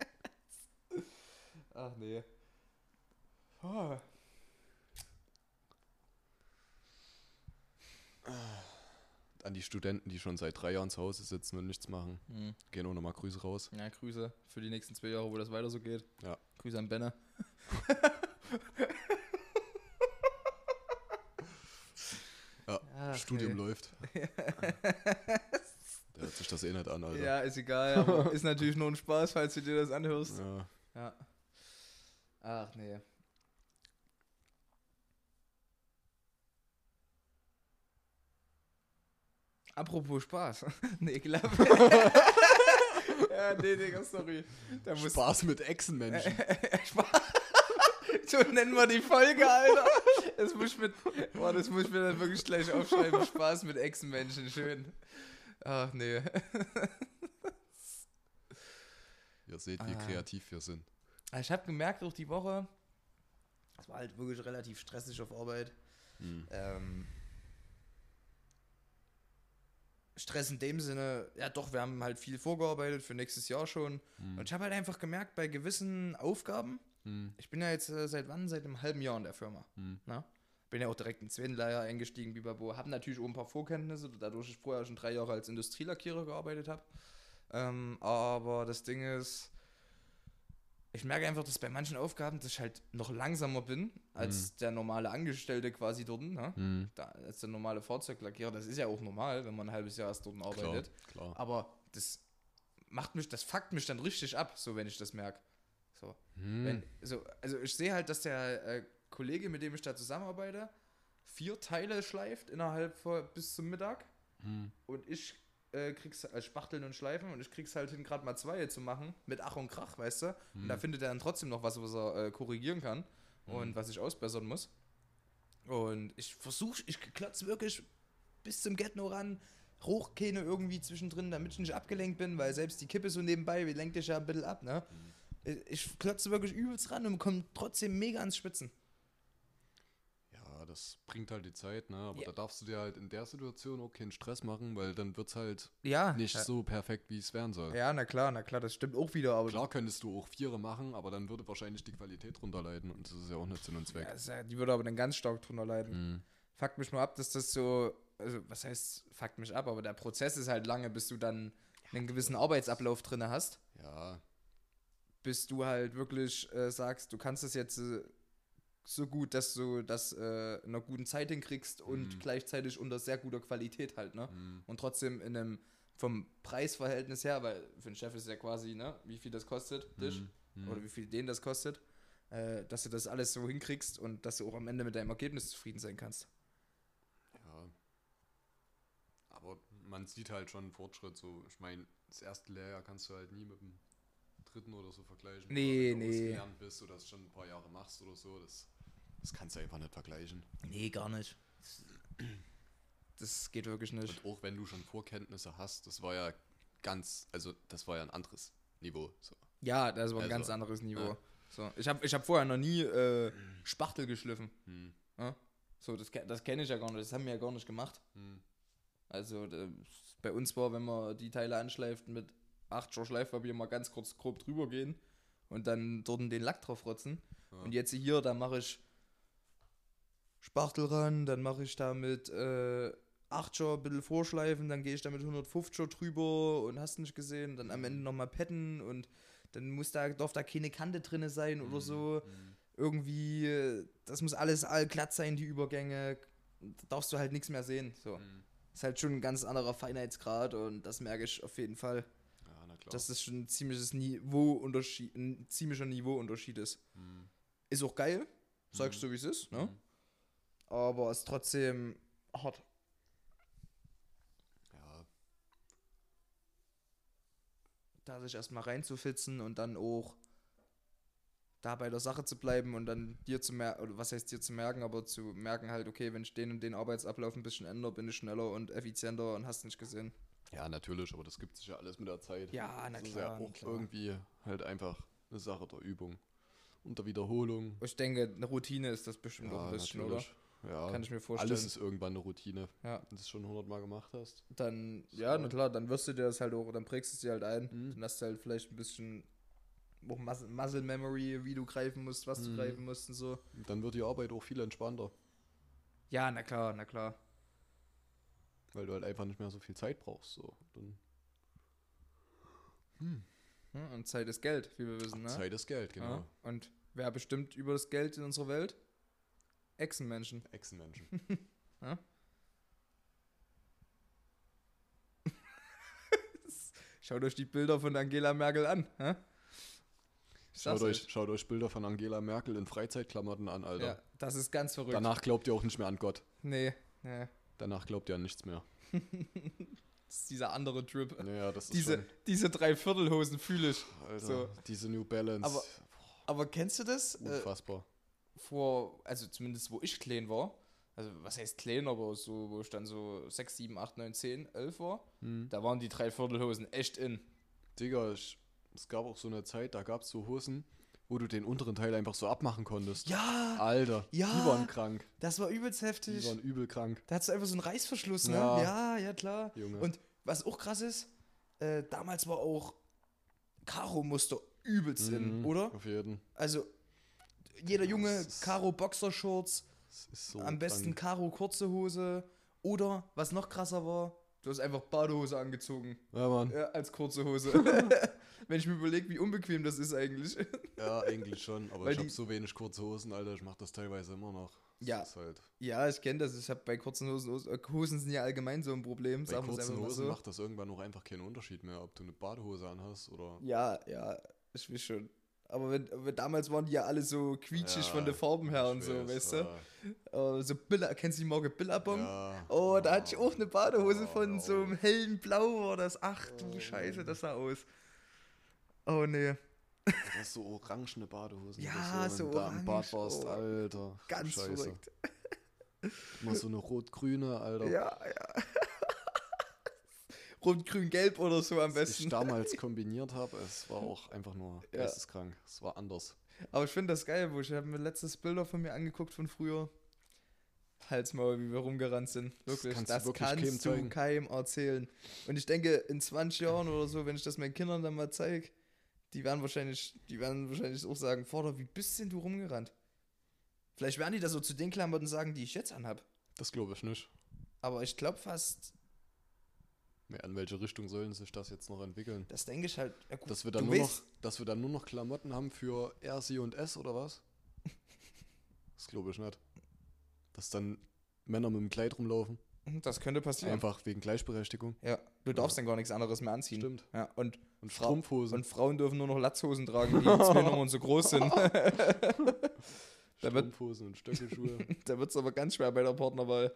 Ach nee. Oh. An die Studenten, die schon seit 3 Jahren zu Hause sitzen und nichts machen, gehen auch nochmal Grüße raus. Ja, Grüße für die nächsten 2 Jahre, wo das weiter so geht. Ja. Grüße an Benne. Ja, Ach, Studium nee. läuft. Der hört sich das eh nicht an, Alter. Ja, ist egal, aber ist natürlich nur ein Spaß, falls du dir das anhörst. Ja. Ja. Ach nee. Apropos Spaß. Nee, glaub. Ja, nee, Digga, sorry. Da muss Spaß mit Echsenmenschen. Spaß. So nennen wir die Folge, Alter. Das muss ich mir dann wirklich gleich aufschreiben. Spaß mit Echsenmenschen, schön. Ach nee. Ihr seht, wie kreativ wir sind. Ich habe gemerkt durch die Woche, es war halt wirklich relativ stressig auf Arbeit. Stress in dem Sinne, ja doch, wir haben halt viel vorgearbeitet für nächstes Jahr schon. Und ich habe halt einfach gemerkt, bei gewissen Aufgaben, ich bin ja jetzt seit einem halben Jahr in der Firma. Na? Bin ja auch direkt in den 2. Lehrjahr eingestiegen, Bibabo. Habe natürlich auch ein paar Vorkenntnisse, dadurch ich vorher schon 3 Jahre als Industrielackierer gearbeitet habe. Aber das Ding ist, ich merke einfach, dass bei manchen Aufgaben, dass ich halt noch langsamer bin als der normale Angestellte quasi dort, ne? Als der normale Fahrzeuglackierer. Das ist ja auch normal, wenn man ein halbes Jahr erst dort arbeitet. Klar. Aber das fuckt mich dann richtig ab, so wenn ich das merke. So. Also ich sehe halt, dass der Kollege, mit dem ich da zusammenarbeite, 4 Teile schleift bis zum Mittag. Und ich krieg's Spachteln und Schleifen und ich krieg's halt hin, gerade mal 2 zu machen, mit Ach und Krach, weißt du? Und da findet er dann trotzdem noch was er korrigieren kann und was ich ausbessern muss. Und ich klotze wirklich bis zum Get-No ran, hochkähne irgendwie zwischendrin, damit ich nicht abgelenkt bin, weil selbst die Kippe so nebenbei, wie lenkt dich ja ein bisschen ab, ne? Ich klotze wirklich übelst ran und komme trotzdem mega ans Schwitzen. Ja, das bringt halt die Zeit, ne? Aber Ja. da darfst du dir halt in der Situation auch keinen Stress machen, weil dann wird's halt Ja. nicht so perfekt, wie es werden soll. Ja, na klar, das stimmt auch wieder, aber Klar könntest du auch 4 machen, aber dann würde wahrscheinlich die Qualität drunter leiden und das ist ja auch nicht Sinn und Zweck. die würde aber dann ganz stark drunter leiden. Fuckt mich nur ab, dass das so also was heißt, fuckt mich ab, aber der Prozess ist halt lange, bis du dann einen gewissen Arbeitsablauf drin hast, Ja, bis du halt wirklich sagst, du kannst es jetzt so gut, dass du das in einer guten Zeit hinkriegst und gleichzeitig unter sehr guter Qualität halt, ne? Und trotzdem in einem, vom Preisverhältnis her, weil für den Chef ist ja quasi, ne, wie viel das kostet, dich, oder wie viel den das kostet, dass du das alles so hinkriegst und dass du auch am Ende mit deinem Ergebnis zufrieden sein kannst. ja. Aber man sieht halt schon einen Fortschritt. So, ich meine, das erste Lehrjahr kannst du halt nie mit dem dritten oder so vergleichen. Nee, oder wenn du nee. ausgelernt bist oder das schon ein paar Jahre machst oder so, das kannst du einfach nicht vergleichen. Nee, gar nicht. Das geht wirklich nicht. Und auch wenn du schon Vorkenntnisse hast, das war ja das war ja ein anderes Niveau. So. Ja, das war ein Also, ganz anderes Niveau. ja. So, ich hab vorher noch nie Spachtel geschliffen. Hm. Ja? So, das kenne ich ja gar nicht. Das haben wir ja gar nicht gemacht. Also bei uns war, wenn man die Teile anschleift, mit 8 Schleifpapier mal ganz kurz grob drüber gehen und dann dort den Lack drauf rotzen. Ja. Und jetzt hier, da mache ich Spachtel ran, dann mache ich da mit 8er ein bisschen vorschleifen, dann gehe ich da mit 150er drüber und hast nicht gesehen, dann am Ende nochmal petten und dann darf da keine Kante drin sein oder so. Irgendwie, das muss alles allglatt sein, die Übergänge. Da darfst du halt nichts mehr sehen. So. Ist halt schon ein ganz anderer Feinheitsgrad und das merke ich auf jeden Fall. Ja, na klar. Dass das schon ein ziemlicher Niveauunterschied ist. Ist auch geil, sagst du, wie es ist, ne? Aber ist trotzdem hart. Ja, Da sich erstmal reinzufitzen und dann auch da bei der Sache zu bleiben und dann dir zu merken, oder was heißt dir zu merken, aber zu merken halt, okay, wenn ich den und den Arbeitsablauf ein bisschen ändere, bin ich schneller und effizienter und hast nicht gesehen. ja, natürlich, aber das gibt sich ja alles mit der Zeit. Ja, na Das ist klar, ja auch irgendwie halt einfach eine Sache der Übung und der Wiederholung. Ich denke, eine Routine ist das bestimmt auch ein bisschen, oder? Ja, Kann ich mir vorstellen. alles ist irgendwann eine Routine. Ja. Wenn du es schon 100 Mal gemacht hast. Dann, So. ja, na klar, dann wirst du dir das halt auch, dann prägst du es dir halt ein. Dann hast du halt vielleicht ein bisschen auch Muscle Memory, wie du greifen musst, was du greifen musst und so. Und dann wird die Arbeit auch viel entspannter, Ja, na klar, na klar. weil du halt einfach nicht mehr so viel Zeit brauchst. So. Dann Ja, und Zeit ist Geld, wie wir wissen, ne? Zeit ist Geld, genau. Ja. Und wer bestimmt über das Geld in unserer Welt? Echsenmenschen. Echsenmenschen. Ja? Schaut euch die Bilder von Angela Merkel an. Hä? Ich sag's Schaut euch Bilder von Angela Merkel in Freizeitklamotten an, Alter. Ja, das ist ganz verrückt. Danach glaubt ihr auch nicht mehr an Gott. Nee. Danach glaubt ihr an nichts mehr. Das ist dieser andere Trip. Naja, das ist Diese Dreiviertelhosen fühle ich. Alter, so. diese New Balance. Aber kennst du das? Unfassbar. Also zumindest wo ich klein war, also was heißt klein, aber so, wo ich dann so 6, 7, 8, 9, 10, 11 war, da waren die Dreiviertelhosen echt in. Digga, es gab auch so eine Zeit, da gab es so Hosen, wo du den unteren Teil einfach so abmachen konntest. Ja! Alter, Ja. die waren krank. Das war übelst heftig. Die waren übel krank. Da hattest du einfach so einen Reißverschluss, ne? Ja. Ja, klar. Junge. Und was auch krass ist, damals war auch Karo-Muster übelst in, oder? Auf jeden. Also, jeder Junge, das ist- Karo-Boxershorts, Das ist so am besten krank. Karo-kurze Hose oder, was noch krasser war, du hast einfach Badehose angezogen. Ja, Mann. Ja, als kurze Hose. Wenn ich mir überlege, wie unbequem das ist eigentlich. Ja, eigentlich schon. Aber Weil ich habe die- so wenig kurze Hosen, Alter. Ich mache das teilweise immer noch. Das Ja. Ist halt, Ja, ich kenne das. Ich habe bei kurzen Hosen sind ja allgemein so ein Problem. bei Sagen wir's kurzen einfach mal Hosen so. macht das irgendwann auch einfach keinen Unterschied mehr, ob du eine Badehose anhast oder... Ja, ich will schon. Aber wenn damals waren die ja alle so quietschig Ja, von den Farben her und ich so, weiß, weißt ja. du? So kennst du die Marke Billabong? Ja. Oh, da hatte ich auch eine Badehose Oh, von so einem hellen Blau war das. Ach du Scheiße, das sah aus. Oh nee, Das ist so orangene Badehosen. Ja, oder so wenn du da im Bad orange, warst, oh. Alter. ganz Scheiße. verrückt. Immer so eine rot-grüne, Alter. Ja. Rot, grün, gelb oder so am Was ich besten. damals kombiniert habe, es war auch einfach nur Ja. geisteskrank. Es war anders. Aber ich finde das geil, ich habe mir letztes Bilder von mir angeguckt von früher. Halsmaul, wie wir rumgerannt sind. Wirklich, kannst du das wirklich keinem kannst du zeigen. keinem erzählen. Und ich denke, in 20 Jahren oder so, wenn ich das meinen Kindern dann mal zeige, die werden wahrscheinlich auch sagen, Vater, wie bist denn du rumgerannt? Vielleicht werden die da so zu den Klamotten sagen, die ich jetzt anhab. Das glaube ich nicht. Aber ich glaube fast, Ja, in welche Richtung sollen sich das jetzt noch entwickeln? das denke ich halt, ja gut, Dass wir du dann nur noch Klamotten haben für R, Sie und S oder was? Das glaube ich nicht. Dass dann Männer mit dem Kleid rumlaufen. das könnte passieren. Einfach wegen Gleichberechtigung. Ja, du darfst dann gar nichts anderes mehr anziehen. Stimmt. Ja, und Und Strumpfhosen. Und Frauen dürfen nur noch Latzhosen tragen, die 2 Nummern so groß sind. Da wird Strumpfhosen und Stöckelschuhe. da wird's aber ganz schwer bei der Partnerwahl.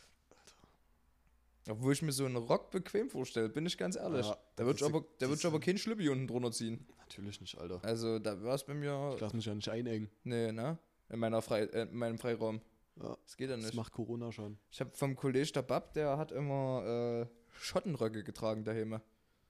Obwohl ich mir so einen Rock bequem vorstelle, bin ich ganz ehrlich. Ja, Da würde ich diese- aber kein Schlüppi unten drunter ziehen. Natürlich nicht, Alter. Also da wäre es bei mir, Ich lass mich ja nicht einengen. nee, ne? In meinem Freiraum. Ja, Das geht ja das nicht. macht Corona schon. Ich habe vom Kollege der Bab, der hat immer Schottenröcke getragen daheim.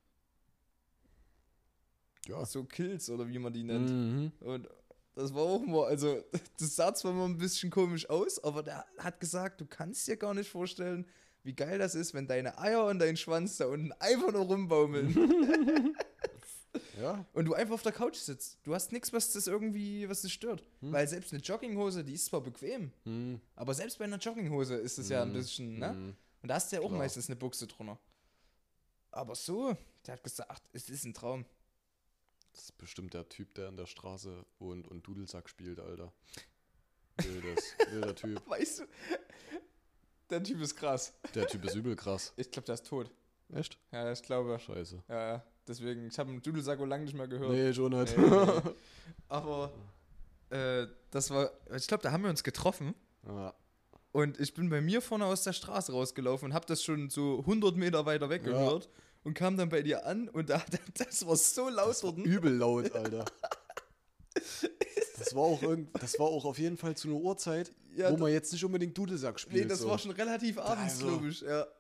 Ja. So Kills oder wie man die nennt. Mhm. Und das war auch mal, also das sah zwar mal ein bisschen komisch aus, aber der hat gesagt, du kannst dir gar nicht vorstellen, wie geil das ist, wenn deine Eier und dein Schwanz da unten einfach nur rumbaumeln Ja. und du einfach auf der Couch sitzt. Du hast nichts, was das stört. Weil selbst eine Jogginghose, die ist zwar bequem, Mhm. aber selbst bei einer Jogginghose ist es ja ein bisschen, ne? Mhm. Und da hast du ja auch Klar. meistens eine Buchse drunter. Aber so, der hat gesagt, es ist ein Traum. Das ist bestimmt der Typ, der in der Straße wohnt und Dudelsack spielt, Alter. Wilder Typ. Weißt du, der Typ ist krass. Der Typ ist übel krass. Ich glaube, der ist tot. Echt? Ja, ich glaube. Scheiße. Ja, deswegen, ich habe einen Dudelsack lange nicht mehr gehört. Nee, schon nicht. Nee. Aber das war, ich glaube, da haben wir uns getroffen Ja. und ich bin bei mir vorne aus der Straße rausgelaufen und habe das schon so 100 Meter weiter weg Ja. gehört und kam dann bei dir an und das war so laut dort. Übel laut, Alter. Das war auch auf jeden Fall zu einer Uhrzeit, Ja, wo man jetzt nicht unbedingt Dudelsack spielt. Nee, das so. war schon relativ abends, Also. glaube ich, ja.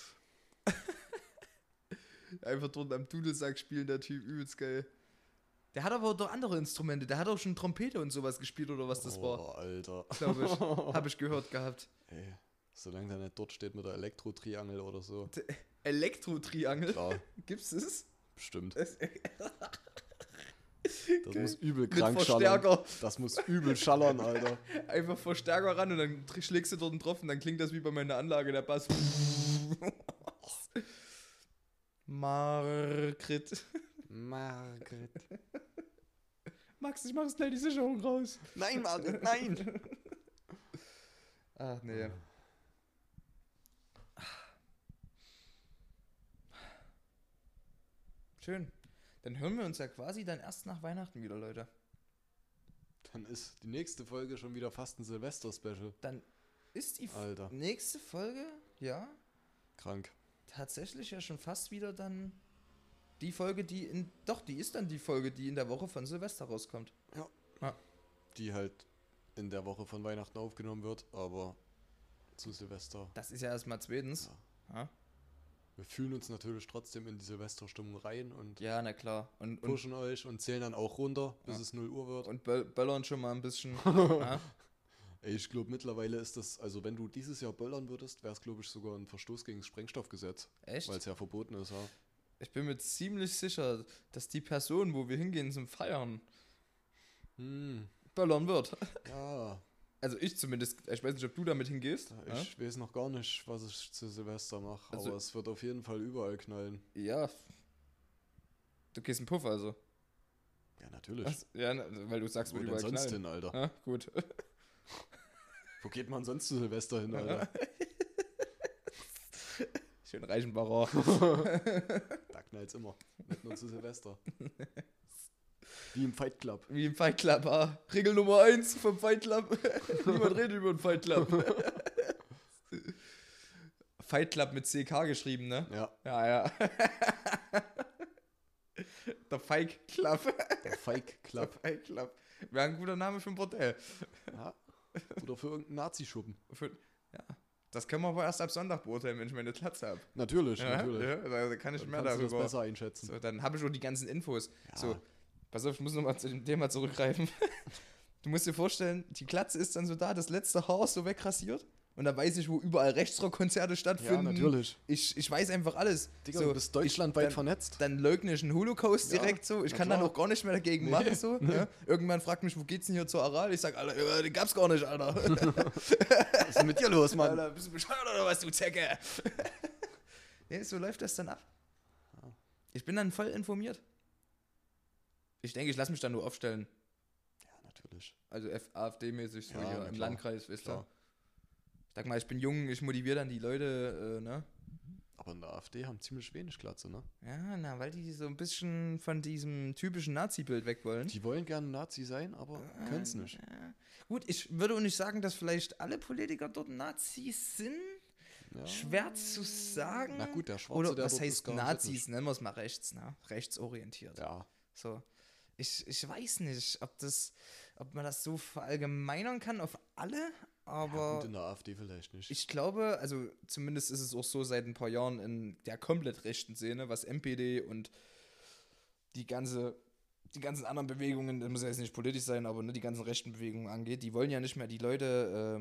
Einfach dort am Dudelsack spielen, der Typ, übelst geil. Der hat aber auch noch andere Instrumente, der hat auch schon Trompete und sowas gespielt oder was das war, Oh, Alter. glaube ich. Habe ich gehört gehabt. Ey, solange der nicht dort steht mit der Elektro-Triangel oder so. Elektro-Triangel, Klar, gibt's es? bestimmt. Das Das muss übel mit krank schallern. Verstärker. Das muss übel schallern, Alter. Einfach Verstärker ran und dann schlägst du dort drauf und dann klingt das wie bei meiner Anlage, der Bass. Margret. Margret. Max, ich mach jetzt gleich die Sicherung raus. Nein, Margret, nein. Ach nee. Schön. Dann hören wir uns ja quasi dann erst nach Weihnachten wieder, Leute. Dann ist die nächste Folge schon wieder fast ein Silvester-Special. Dann ist die Alter. nächste Folge, ja, Krank. tatsächlich ja schon fast wieder dann die Folge, die ist dann die Folge, die in der Woche von Silvester rauskommt. Die halt in der Woche von Weihnachten aufgenommen wird, aber zu Silvester. Das ist ja erstmal zweitens. Ja, Wir fühlen uns natürlich trotzdem in die Silvesterstimmung rein und ja, na klar. Und pushen euch und zählen dann auch runter, bis Ja. es 0 Uhr wird. und böllern schon mal ein bisschen. Ja. Ey, ich glaube mittlerweile ist das, also wenn du dieses Jahr böllern würdest, wäre es glaube ich sogar ein Verstoß gegen das Sprengstoffgesetz, Echt? weil es ja verboten ist, ja. Ich bin mir ziemlich sicher, dass die Person, wo wir hingehen zum Feiern, böllern wird. Ja, Also ich zumindest. Ich weiß nicht, ob du damit hingehst. ich weiß noch gar nicht, was ich zu Silvester mache, Also- aber es wird auf jeden Fall überall knallen. Ja. Du gehst einen Puff also. Ja, natürlich. Was? Ja, weil du sagst, Wo wir denn überall sonst knallen. hin, Alter? Ja, gut. Wo geht man sonst zu Silvester hin, Alter? Schön Reichenbacher. Da knallt's immer. Nicht nur zu Silvester. Wie im Fight Club. Wie im Fight Club. Ah. Regel Nummer 1 vom Fight Club. Niemand redet über den Fight Club. Fight Club mit CK geschrieben, ne? Ja, Ja, ja. Der Fight Club. der Fight Club. Der Fight Club. Wäre ein guter Name für ein Bordell. Ja. Oder für irgendeinen Nazi-Schuppen. Ja. Das können wir aber erst ab Sonntag beurteilen, wenn ich meine Platz habe. Natürlich, Ja, natürlich. ja, da kann ich Dann mehr kannst du das darüber. besser einschätzen. So, dann habe ich schon die ganzen Infos. Ja. So, pass auf, ich muss nochmal zu dem Thema zurückgreifen. Du musst dir vorstellen, die Glatze ist dann so da, das letzte Haar ist so wegrasiert und da weiß ich, wo überall Rechtsrock-Konzerte stattfinden. Ja, natürlich. Ich weiß einfach alles. Digga, du bist deutschlandweit vernetzt. Dann leugne ich den Holocaust Ja, direkt so. Ich na kann klar. dann auch gar nicht mehr dagegen machen so. Ja? Irgendwann fragt mich, wo geht's denn hier zur Aral? Ich sag, Alter, den gab's gar nicht, Alter. Was ist denn mit dir los, Mann? Alter, bist du bescheuert oder was, du Zecke? Ja, so läuft das dann ab. Ich bin dann voll informiert. Ich denke, ich lasse mich dann nur aufstellen. Ja, natürlich. Also AfD-mäßig, so Ja, hier na im klar, Landkreis, weißt du. klar. Ich sag mal, ich bin jung, ich motiviere dann die Leute, ne? Aber in der AfD haben ziemlich wenig Glatze, ne? Ja, na, weil die so ein bisschen von diesem typischen Nazi-Bild weg wollen. Die wollen gerne Nazi sein, aber können es nicht. Ja. Gut, ich würde auch nicht sagen, dass vielleicht alle Politiker dort Nazis sind. Ja. Schwer zu sagen. Na gut, der Schwarze, Oder der was dort heißt ist, garantiert Nazis? Nennen wir es mal rechts, ne? Rechtsorientiert. Ja. So. Ich weiß nicht, ob man das so verallgemeinern kann auf alle, Ja, aber gut, in der AfD vielleicht nicht. ich glaube, also zumindest ist es auch so seit ein paar Jahren in der komplett rechten Szene, was NPD und die ganzen anderen Bewegungen, das muss ja jetzt nicht politisch sein, aber ne, die ganzen rechten Bewegungen angeht, die wollen ja nicht mehr die Leute,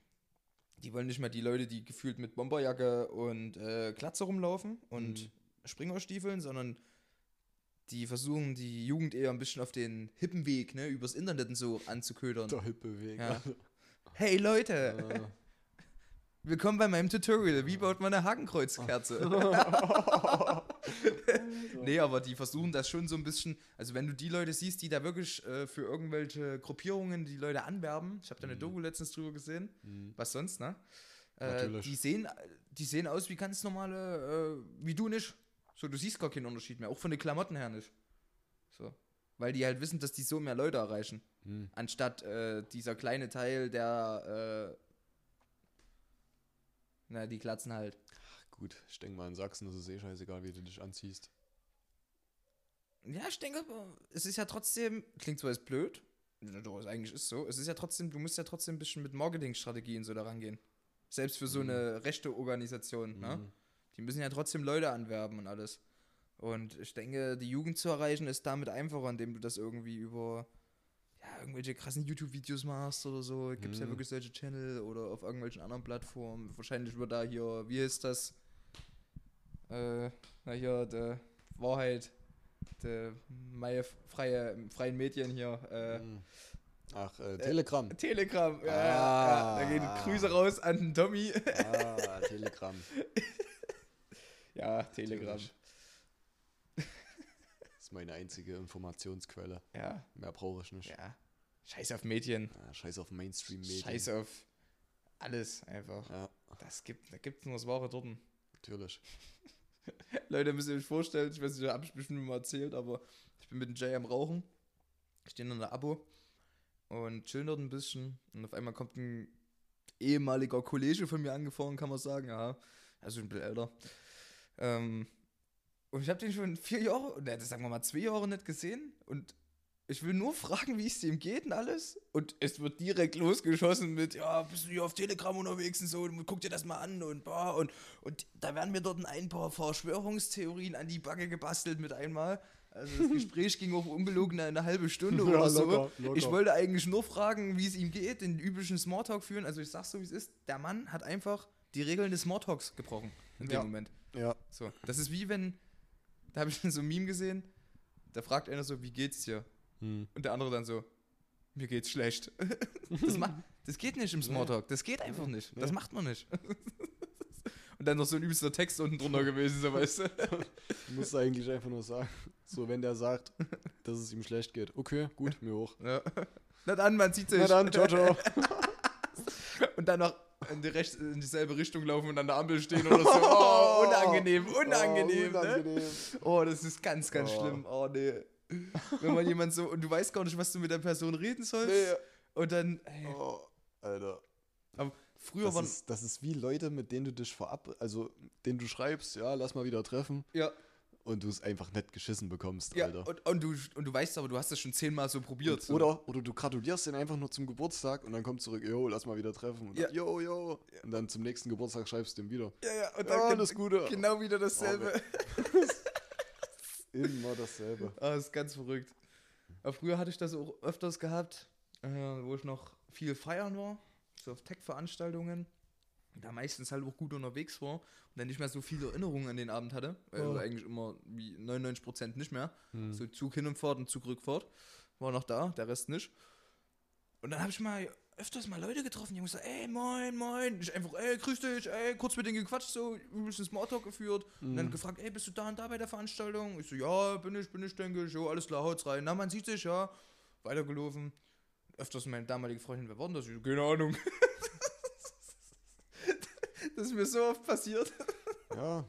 die gefühlt mit Bomberjacke und Glatze rumlaufen und Springerstiefeln, sondern die versuchen, die Jugend eher ein bisschen auf den hippen Weg, ne, übers Internet und so anzuködern. Der hippe Weg. Ja. Hey Leute, willkommen bei meinem Tutorial. Wie baut man eine Hakenkreuzkerze? Nee, aber die versuchen das schon so ein bisschen, also wenn du die Leute siehst, die da wirklich für irgendwelche Gruppierungen die Leute anwerben, ich habe da eine Doku letztens drüber gesehen, was sonst, ne? Natürlich. Die sehen aus wie ganz normale, wie du nicht. So, du siehst gar keinen Unterschied mehr, auch von den Klamotten her nicht. So. Weil die halt wissen, dass die so mehr Leute erreichen. Anstatt dieser kleine Teil, der die glatzen halt. Gut, ich denke mal, in Sachsen ist es eh scheißegal, wie du dich anziehst. Ja, ich denke, aber es ist ja trotzdem, klingt zwar jetzt blöd, doch, es eigentlich ist so, es ist ja trotzdem, du musst ja trotzdem ein bisschen mit Marketingstrategien so da rangehen. Selbst für so eine rechte Organisation, ne? Die müssen ja trotzdem Leute anwerben und alles. Und ich denke, die Jugend zu erreichen ist damit einfacher, indem du das irgendwie über irgendwelche krassen YouTube-Videos machst oder so. Gibt es ja wirklich solche Channel oder auf irgendwelchen anderen Plattformen. Wahrscheinlich wird da hier, wie heißt das? Die Wahrheit, der meine freien Medien hier. Telegram. Telegram, ja, da gehen Grüße raus an den Tommy. Telegram. Ja, Telegram. Natürlich. Das ist meine einzige Informationsquelle. Ja. Mehr brauche ich nicht. Ja. Scheiß auf Medien. Ja, scheiß auf Mainstream-Medien. Scheiß auf alles einfach. Ja, Da gibt's nur das wahre Torten. natürlich. Leute, müsst ihr euch vorstellen, ich weiß nicht, habe ich bestimmt mal erzählt, aber ich bin mit dem Jay am Rauchen. Ich stehe in der Abo und chillen dort ein bisschen. Und auf einmal kommt ein ehemaliger Kollege von mir angefahren, kann man sagen. Ja, also ein bisschen älter. Und ich habe den schon 4 Jahre, sagen wir mal 2 Jahre nicht gesehen. Und ich will nur fragen, wie es ihm geht und alles. Und es wird direkt losgeschossen mit, ja, bist du hier auf Telegram unterwegs und so, guck dir das mal an und bah. Und da werden mir dort ein paar Verschwörungstheorien an die Backe gebastelt mit einmal. Also das Gespräch ging auch ungelogen eine halbe Stunde oder so. Locker. Ich wollte eigentlich nur fragen, wie es ihm geht, den üblichen Smalltalk führen. Also ich sag's so, wie es ist. Der Mann hat einfach die Regeln des Smalltalks gebrochen in dem Moment. Ja. So, das ist wie wenn, da habe ich so ein Meme gesehen, da fragt einer so, wie geht's dir? Und der andere dann so, mir geht's schlecht. Das geht nicht im Smalltalk, das geht einfach nicht, das macht man nicht. Und dann noch so ein übelster Text unten drunter gewesen, so weißt du. Du musst eigentlich einfach nur sagen, so wenn der sagt, dass es ihm schlecht geht. Okay, gut, mir hoch. Ja. Na dann, man sieht sich. Na dann, ciao, ciao. Und dann noch in dieselbe Richtung laufen und an der Ampel stehen oder so. Oh, unangenehm. Ne? Oh, das ist ganz, ganz schlimm. Oh, nee. Wenn man jemand so, und du weißt gar nicht, was du mit der Person reden sollst. Nee. Und dann, ey. Oh, Alter. Aber früher das ist wie Leute, mit denen du dich denen du schreibst, ja, lass mal wieder treffen. Ja. Und du es einfach nicht geschissen bekommst, ja, Alter. Und du weißt aber, du hast das schon 10-mal so probiert. Oder du gratulierst den einfach nur zum Geburtstag und dann kommt zurück, jo, lass mal wieder treffen. Und dann, jo. Und dann zum nächsten Geburtstag schreibst du ihm wieder. Ja, und dann alles Gute. Genau wieder dasselbe. Immer dasselbe. Das ist ganz verrückt. Aber früher hatte ich das auch öfters gehabt, wo ich noch viel feiern war, so auf Tech-Veranstaltungen. da meistens halt auch gut unterwegs war und dann nicht mehr so viele Erinnerungen an den Abend hatte. Also eigentlich immer wie 99% nicht mehr. So Zug hin und Fahrt und Zug Rückfahrt war noch da, der Rest nicht. Und dann habe ich mal öfters mal Leute getroffen, die haben gesagt, ey, moin, moin. Ich einfach, ey, grüß dich, ey, kurz mit denen gequatscht, so, übelst ein Smalltalk geführt. Und dann gefragt, ey, bist du da und da bei der Veranstaltung? Ich so, ja, bin ich, denke ich, jo, alles klar, haut's rein. Na, man sieht sich, ja. Weitergelaufen. Öfters meine damalige Freundin, wer war denn das? Ich so, keine Ahnung. Das ist mir so oft passiert. Ja.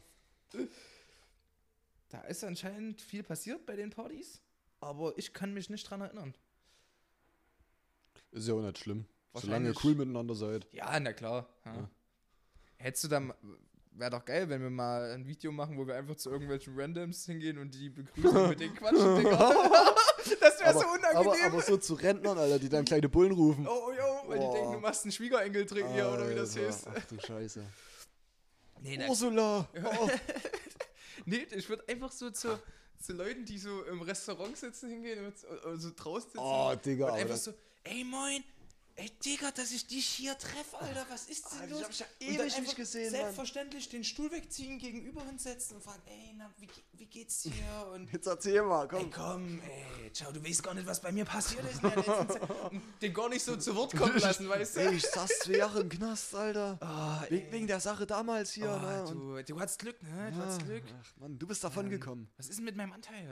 Da ist anscheinend viel passiert bei den Partys, aber ich kann mich nicht dran erinnern. Ist ja auch nicht schlimm. Solange Wahrscheinlich. ihr cool miteinander seid. Ja, na klar. Ja. Hättest du dann, wäre doch geil, wenn wir mal ein Video machen, wo wir einfach zu irgendwelchen Randoms hingehen und die begrüßen und mit denen quatschen, Digga. Das wäre so unangenehm. Aber so zu Rentnern, Alter, die dann kleine Bullen rufen. Oh, jo, weil die denken, du machst einen Schwiegerenkel-Trick hier, oder wie das Alter, heißt. Ach du Scheiße. Nee, Ursula! Oh. nee, ich würde einfach so zu Leuten, die so im Restaurant sitzen, hingehen und so draußen sitzen. Oh, Digga, und aber einfach das- so, ey, moin. Ey, Digga, dass ich dich hier treffe, Alter, was ist denn los? Ich hab dich ja Und dann ewig nicht einfach gesehen, Mann. selbstverständlich den Stuhl wegziehen, gegenüber hinsetzen und fragen, ey, na, wie geht's dir? Und Jetzt erzähl mal, ey, komm, ey, ciao, du weißt gar nicht, was bei mir passiert ist in der letzten Zeit. Und den gar nicht so zu Wort kommen lassen, weißt du? Ey, ich saß 2 Jahre im Knast, Alter. Oh, Wegen der Sache damals hier, ne? Und- du hattest Glück, ne? Du hattest Glück. Ach Mann, du bist davon gekommen. Was ist denn mit meinem Anteil?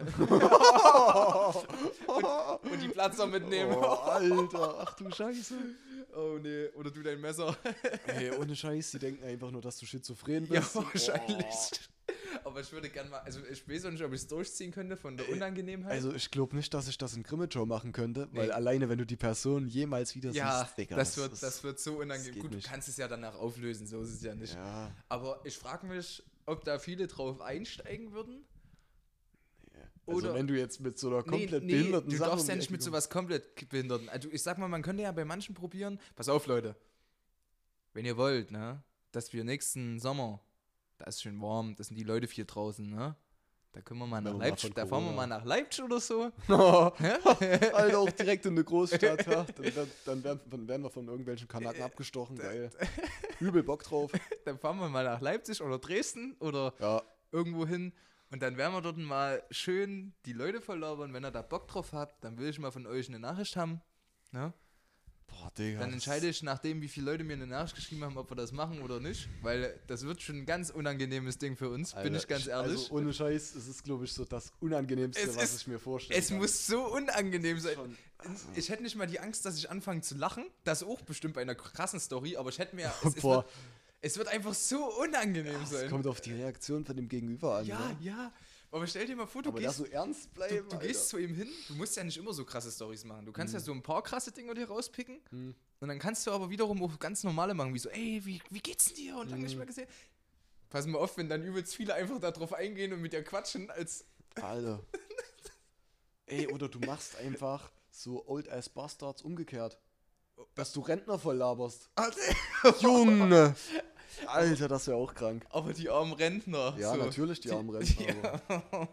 und die Platzer mitnehmen. Oh, Alter, ach du Scheiße. Oh nee, oder du dein Messer. Ey, ohne Scheiß, die denken einfach nur, dass du schizophren Ja, bist. wahrscheinlich. Aber ich würde gerne mal, also ich weiß auch nicht, ob ich es durchziehen könnte von der Unangenehmheit. Also ich glaube nicht, dass ich das in Grimme-Show machen könnte, weil Nee. alleine, wenn du die Person jemals wieder ja, siehst, Digga, das wird so das unangenehm. geht Gut, nicht. du kannst es ja danach auflösen, so ist es ja nicht. Ja, Aber ich frage mich, ob da viele drauf einsteigen würden. also Oder- wenn du jetzt mit so einer komplett behinderten du Sache darfst um ja die nicht Ecke mit kommst. sowas komplett behinderten. Also ich sag mal, man könnte ja bei manchen probieren. Pass auf, Leute. Wenn ihr wollt, ne, dass wir nächsten Sommer, da ist schön warm, da sind die Leute viel draußen, ne? Da können wir mal nach Wenn wir mal Leipzig, von da fahren wir Corona- mal nach Leipzig oder so. Alter, auch direkt in eine Großstadt, ja. Dann werden wir von irgendwelchen Kanaken abgestochen, geil. Übel Bock drauf. Dann fahren wir mal nach Leipzig oder Dresden oder Ja, irgendwo hin. Und dann werden wir dort mal schön die Leute verlabern. Wenn ihr da Bock drauf habt, dann will ich mal von euch eine Nachricht haben. Ne? boah, Digga. Dann das- entscheide ich, nachdem wie viele Leute mir eine Nachricht geschrieben haben, ob wir das machen oder nicht. Weil das wird schon ein ganz unangenehmes Ding für uns, bin Alter, ich ganz ehrlich. Also ohne Scheiß, es ist, glaube ich, so das Unangenehmste, Es was ist- ich mir vorstelle. Es muss so unangenehm sein. Schon, also- Ich hätte nicht mal die Angst, dass ich anfange zu lachen. Das auch bestimmt bei einer krassen Story, aber ich hätte mir. Boah, Es wird einfach so unangenehm es sein. kommt auf die Reaktion von dem Gegenüber an. Ja, ne? ja. Aber stell dir mal vor, du Aber da gehst. so ernst Du, bleiben. du gehst zu ihm hin, du musst ja nicht immer so krasse Storys machen. Du kannst ja so ein paar krasse Dinge dir rauspicken und dann kannst du aber wiederum auch ganz normale machen, wie so, ey, wie geht's denn dir? Und lange nicht mehr gesehen. Pass mal auf, wenn dann übelst viele einfach darauf eingehen und mit dir quatschen, als. Alter. Ey, oder du machst einfach so Old Ass Bastards umgekehrt. Dass du Rentner voll laberst. Junge! Alter, das wäre auch krank. Aber die armen Rentner. Ja, so. natürlich die armen Rentner. Aber.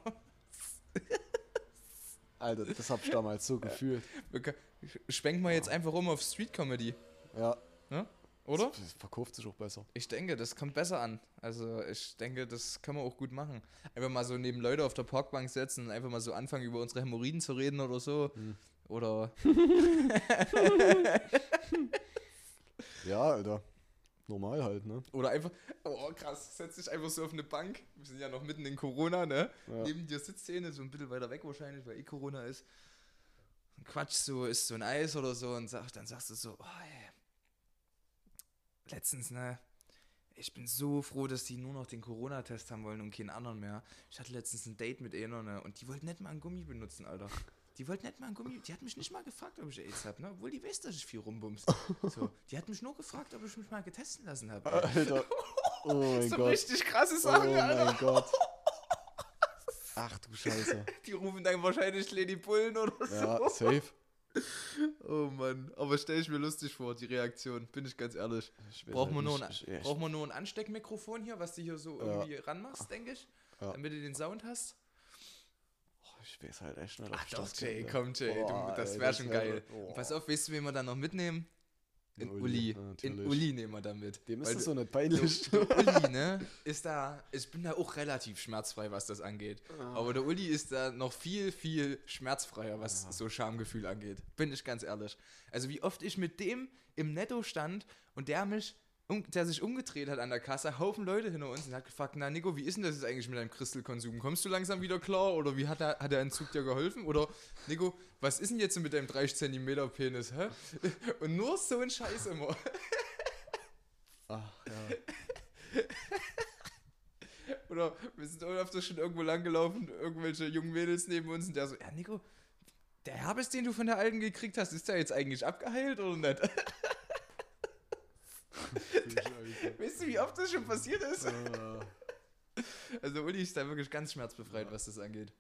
Alter, das hab ich damals so gefühlt. Schwenk mal jetzt einfach um auf Street Comedy, Ja. oder? Das verkauft sich auch besser. Ich denke, das kommt besser an. Also ich denke, das kann man auch gut machen. Einfach mal so neben Leute auf der Parkbank setzen und einfach mal so anfangen, über unsere Hämorrhoiden zu reden oder so. Oder Ja, Alter. Normal halt, ne? Oder einfach, oh krass, setz dich einfach so auf eine Bank. Wir sind ja noch mitten in Corona, ne? Ja. Neben dir sitzt eine, so ein bisschen weiter weg wahrscheinlich, weil Corona ist. Und Quatsch, so isst so ein Eis oder so und dann sagst du so, oh ey. Letztens, ne? Ich bin so froh, dass die nur noch den Corona-Test haben wollen und keinen anderen mehr. Ich hatte letztens ein Date mit einer, ne? Und die wollten nicht mal einen Gummi benutzen, Alter. Die wollten nicht mal einen Gummi, die hat mich nicht mal gefragt, ob ich AIDS habe, ne? Obwohl die weiß, dass ich viel rumbumst. So, die hat mich nur gefragt, ob ich mich mal getesten lassen habe. Alter. Oh mein So Gott. richtig krasse Oh Sachen, Alter. mein Gott. Ach du Scheiße. Die rufen dann wahrscheinlich Lady Bullen oder so. Ja, safe. Oh Mann, aber stell ich mir lustig vor, die Reaktion, bin ich ganz ehrlich. Braucht man nur ein Ansteckmikrofon hier, was du hier so irgendwie ranmachst, denke ich, Ja. damit du den Sound hast? Ich weiß halt echt nicht, ob Ach ich doch, das Jay, könnte. komm Jay, Boah, das ey, wäre schon geil. boah. Und pass auf, weißt du, wen wir dann noch mitnehmen? In Uli. Ja, In natürlich. Uli nehmen wir damit. Dem ist Weil das so nicht peinlich. der Uli, ne, ich bin da auch relativ schmerzfrei, was das angeht. Aber der Uli ist da noch viel, viel schmerzfreier, was so Schamgefühl angeht. Bin ich ganz ehrlich. Also wie oft ich mit dem im Netto stand und der sich umgedreht hat an der Kasse, Haufen Leute hinter uns und hat gefragt, na Nico, wie ist denn das jetzt eigentlich mit deinem Crystal-Konsum? Kommst du langsam wieder klar oder wie hat der Entzug dir geholfen? Oder Nico, was ist denn jetzt mit deinem 30 cm Penis, hä? Und nur so ein Scheiß immer. Ach, ja. Oder wir sind öfter schon irgendwo langgelaufen, irgendwelche jungen Mädels neben uns und der so, ja Nico, der Herpes, den du von der Alten gekriegt hast, ist der jetzt eigentlich abgeheilt oder nicht? Weißt du, wie oft das schon passiert ist? Also Uli ist da wirklich ganz schmerzbefreit, was das angeht.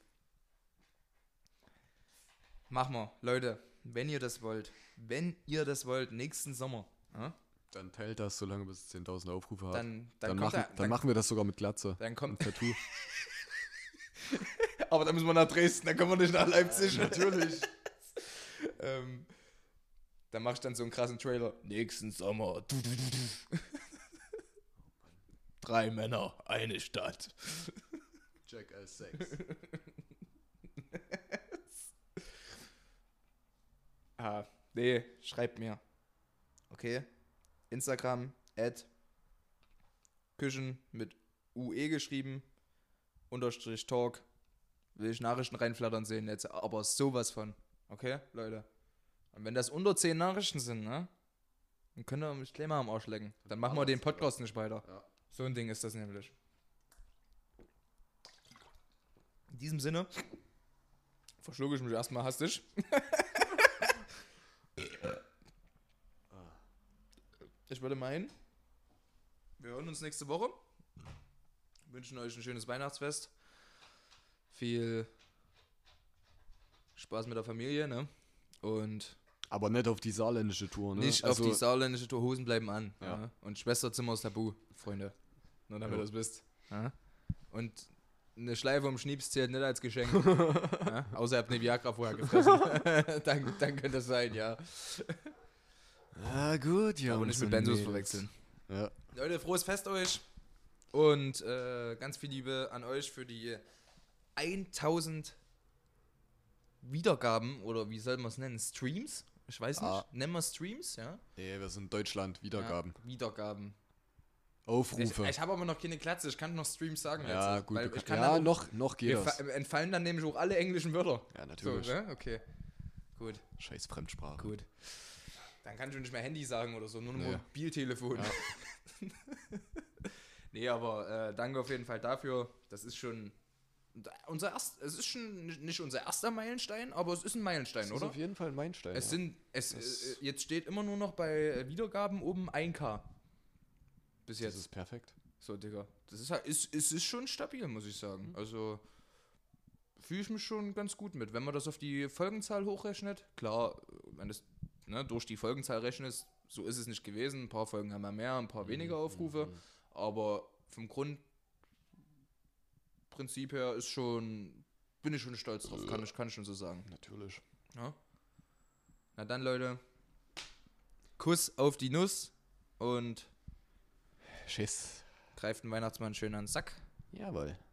Mach mal, Leute, wenn ihr das wollt, nächsten Sommer, ja, Dann teilt das so lange, bis es 10.000 Aufrufe hat. dann machen wir das sogar mit Glatze. Dann kommt. Und Tattoo. Aber dann müssen wir nach Dresden, dann können wir nicht nach Leipzig. Natürlich. Da mach ich dann so einen krassen Trailer. Nächsten Sommer. 3 Männer, eine Stadt. Jack L6. Nee, schreibt mir. Okay? Instagram, @Küchen mit UE geschrieben, _Talk. Will ich Nachrichten reinflattern sehen jetzt, aber sowas von. Okay, Leute? Und wenn das unter 10 Nachrichten sind, ne? Dann könnt ihr mich gleich mal am Arsch lecken. Dann machen wir den Podcast nicht weiter. Ja. So ein Ding ist das nämlich. In diesem Sinne verschlucke ich mich erstmal hastig. Ich würde meinen, wir hören uns nächste Woche. Wünschen euch ein schönes Weihnachtsfest. Viel Spaß mit der Familie, ne? Und Aber nicht auf die saarländische Tour, ne? nicht auf die saarländische Tour, Hosen bleiben an. Ja. Ja? Und Schwesterzimmer ist tabu, Freunde. Nur damit ihr das wisst. Ja? Und eine Schleife um Schnieps zählt nicht als Geschenk. Ja? Außer ihr habt eine Viagra vorher gefressen. dann könnte das sein, ja. Ja, gut, ja. Aber nicht mit Benzos verwechseln. Ja. Leute, frohes Fest euch. Und ganz viel Liebe an euch für die 1000 Wiedergaben oder wie soll man es nennen? Streams? Ich weiß nicht. Nennen wir Streams, ja? Nee, wir sind Deutschland. Wiedergaben. Ja, Wiedergaben. Aufrufe. Ich habe aber noch keine Klatze, ich kann noch Streams sagen. ja, jetzt, gut. weil Du ich kann, kann ja, dann, noch geht das. entfallen dann nämlich auch alle englischen Wörter. Ja, natürlich. So, ne? Okay. Gut, Scheiß Fremdsprache. gut. Dann kannst du nicht mehr Handy sagen oder so, nur ein Nee. Mobiltelefon. Ja. Nee, aber danke auf jeden Fall dafür. Das ist schon es ist schon nicht unser erster Meilenstein, aber es ist ein Meilenstein, Das ist oder? auf jeden Fall ein Meilenstein. Es ja. sind, jetzt steht immer nur noch bei Wiedergaben oben 1K. Bis Das jetzt. ist perfekt. So, Digga. Das ist halt, es ist schon stabil, muss ich sagen. Also fühle ich mich schon ganz gut mit. Wenn man das auf die Folgenzahl hochrechnet, klar, wenn das durch die Folgenzahl rechnest, so ist es nicht gewesen. Ein paar Folgen haben wir mehr, ein paar weniger Aufrufe. Aber vom Grundprinzip her bin ich schon stolz drauf, kann ich schon so sagen. Natürlich. Ja? Na dann, Leute, Kuss auf die Nuss und Schiss. greift den Weihnachtsmann schön an den Sack. Jawohl.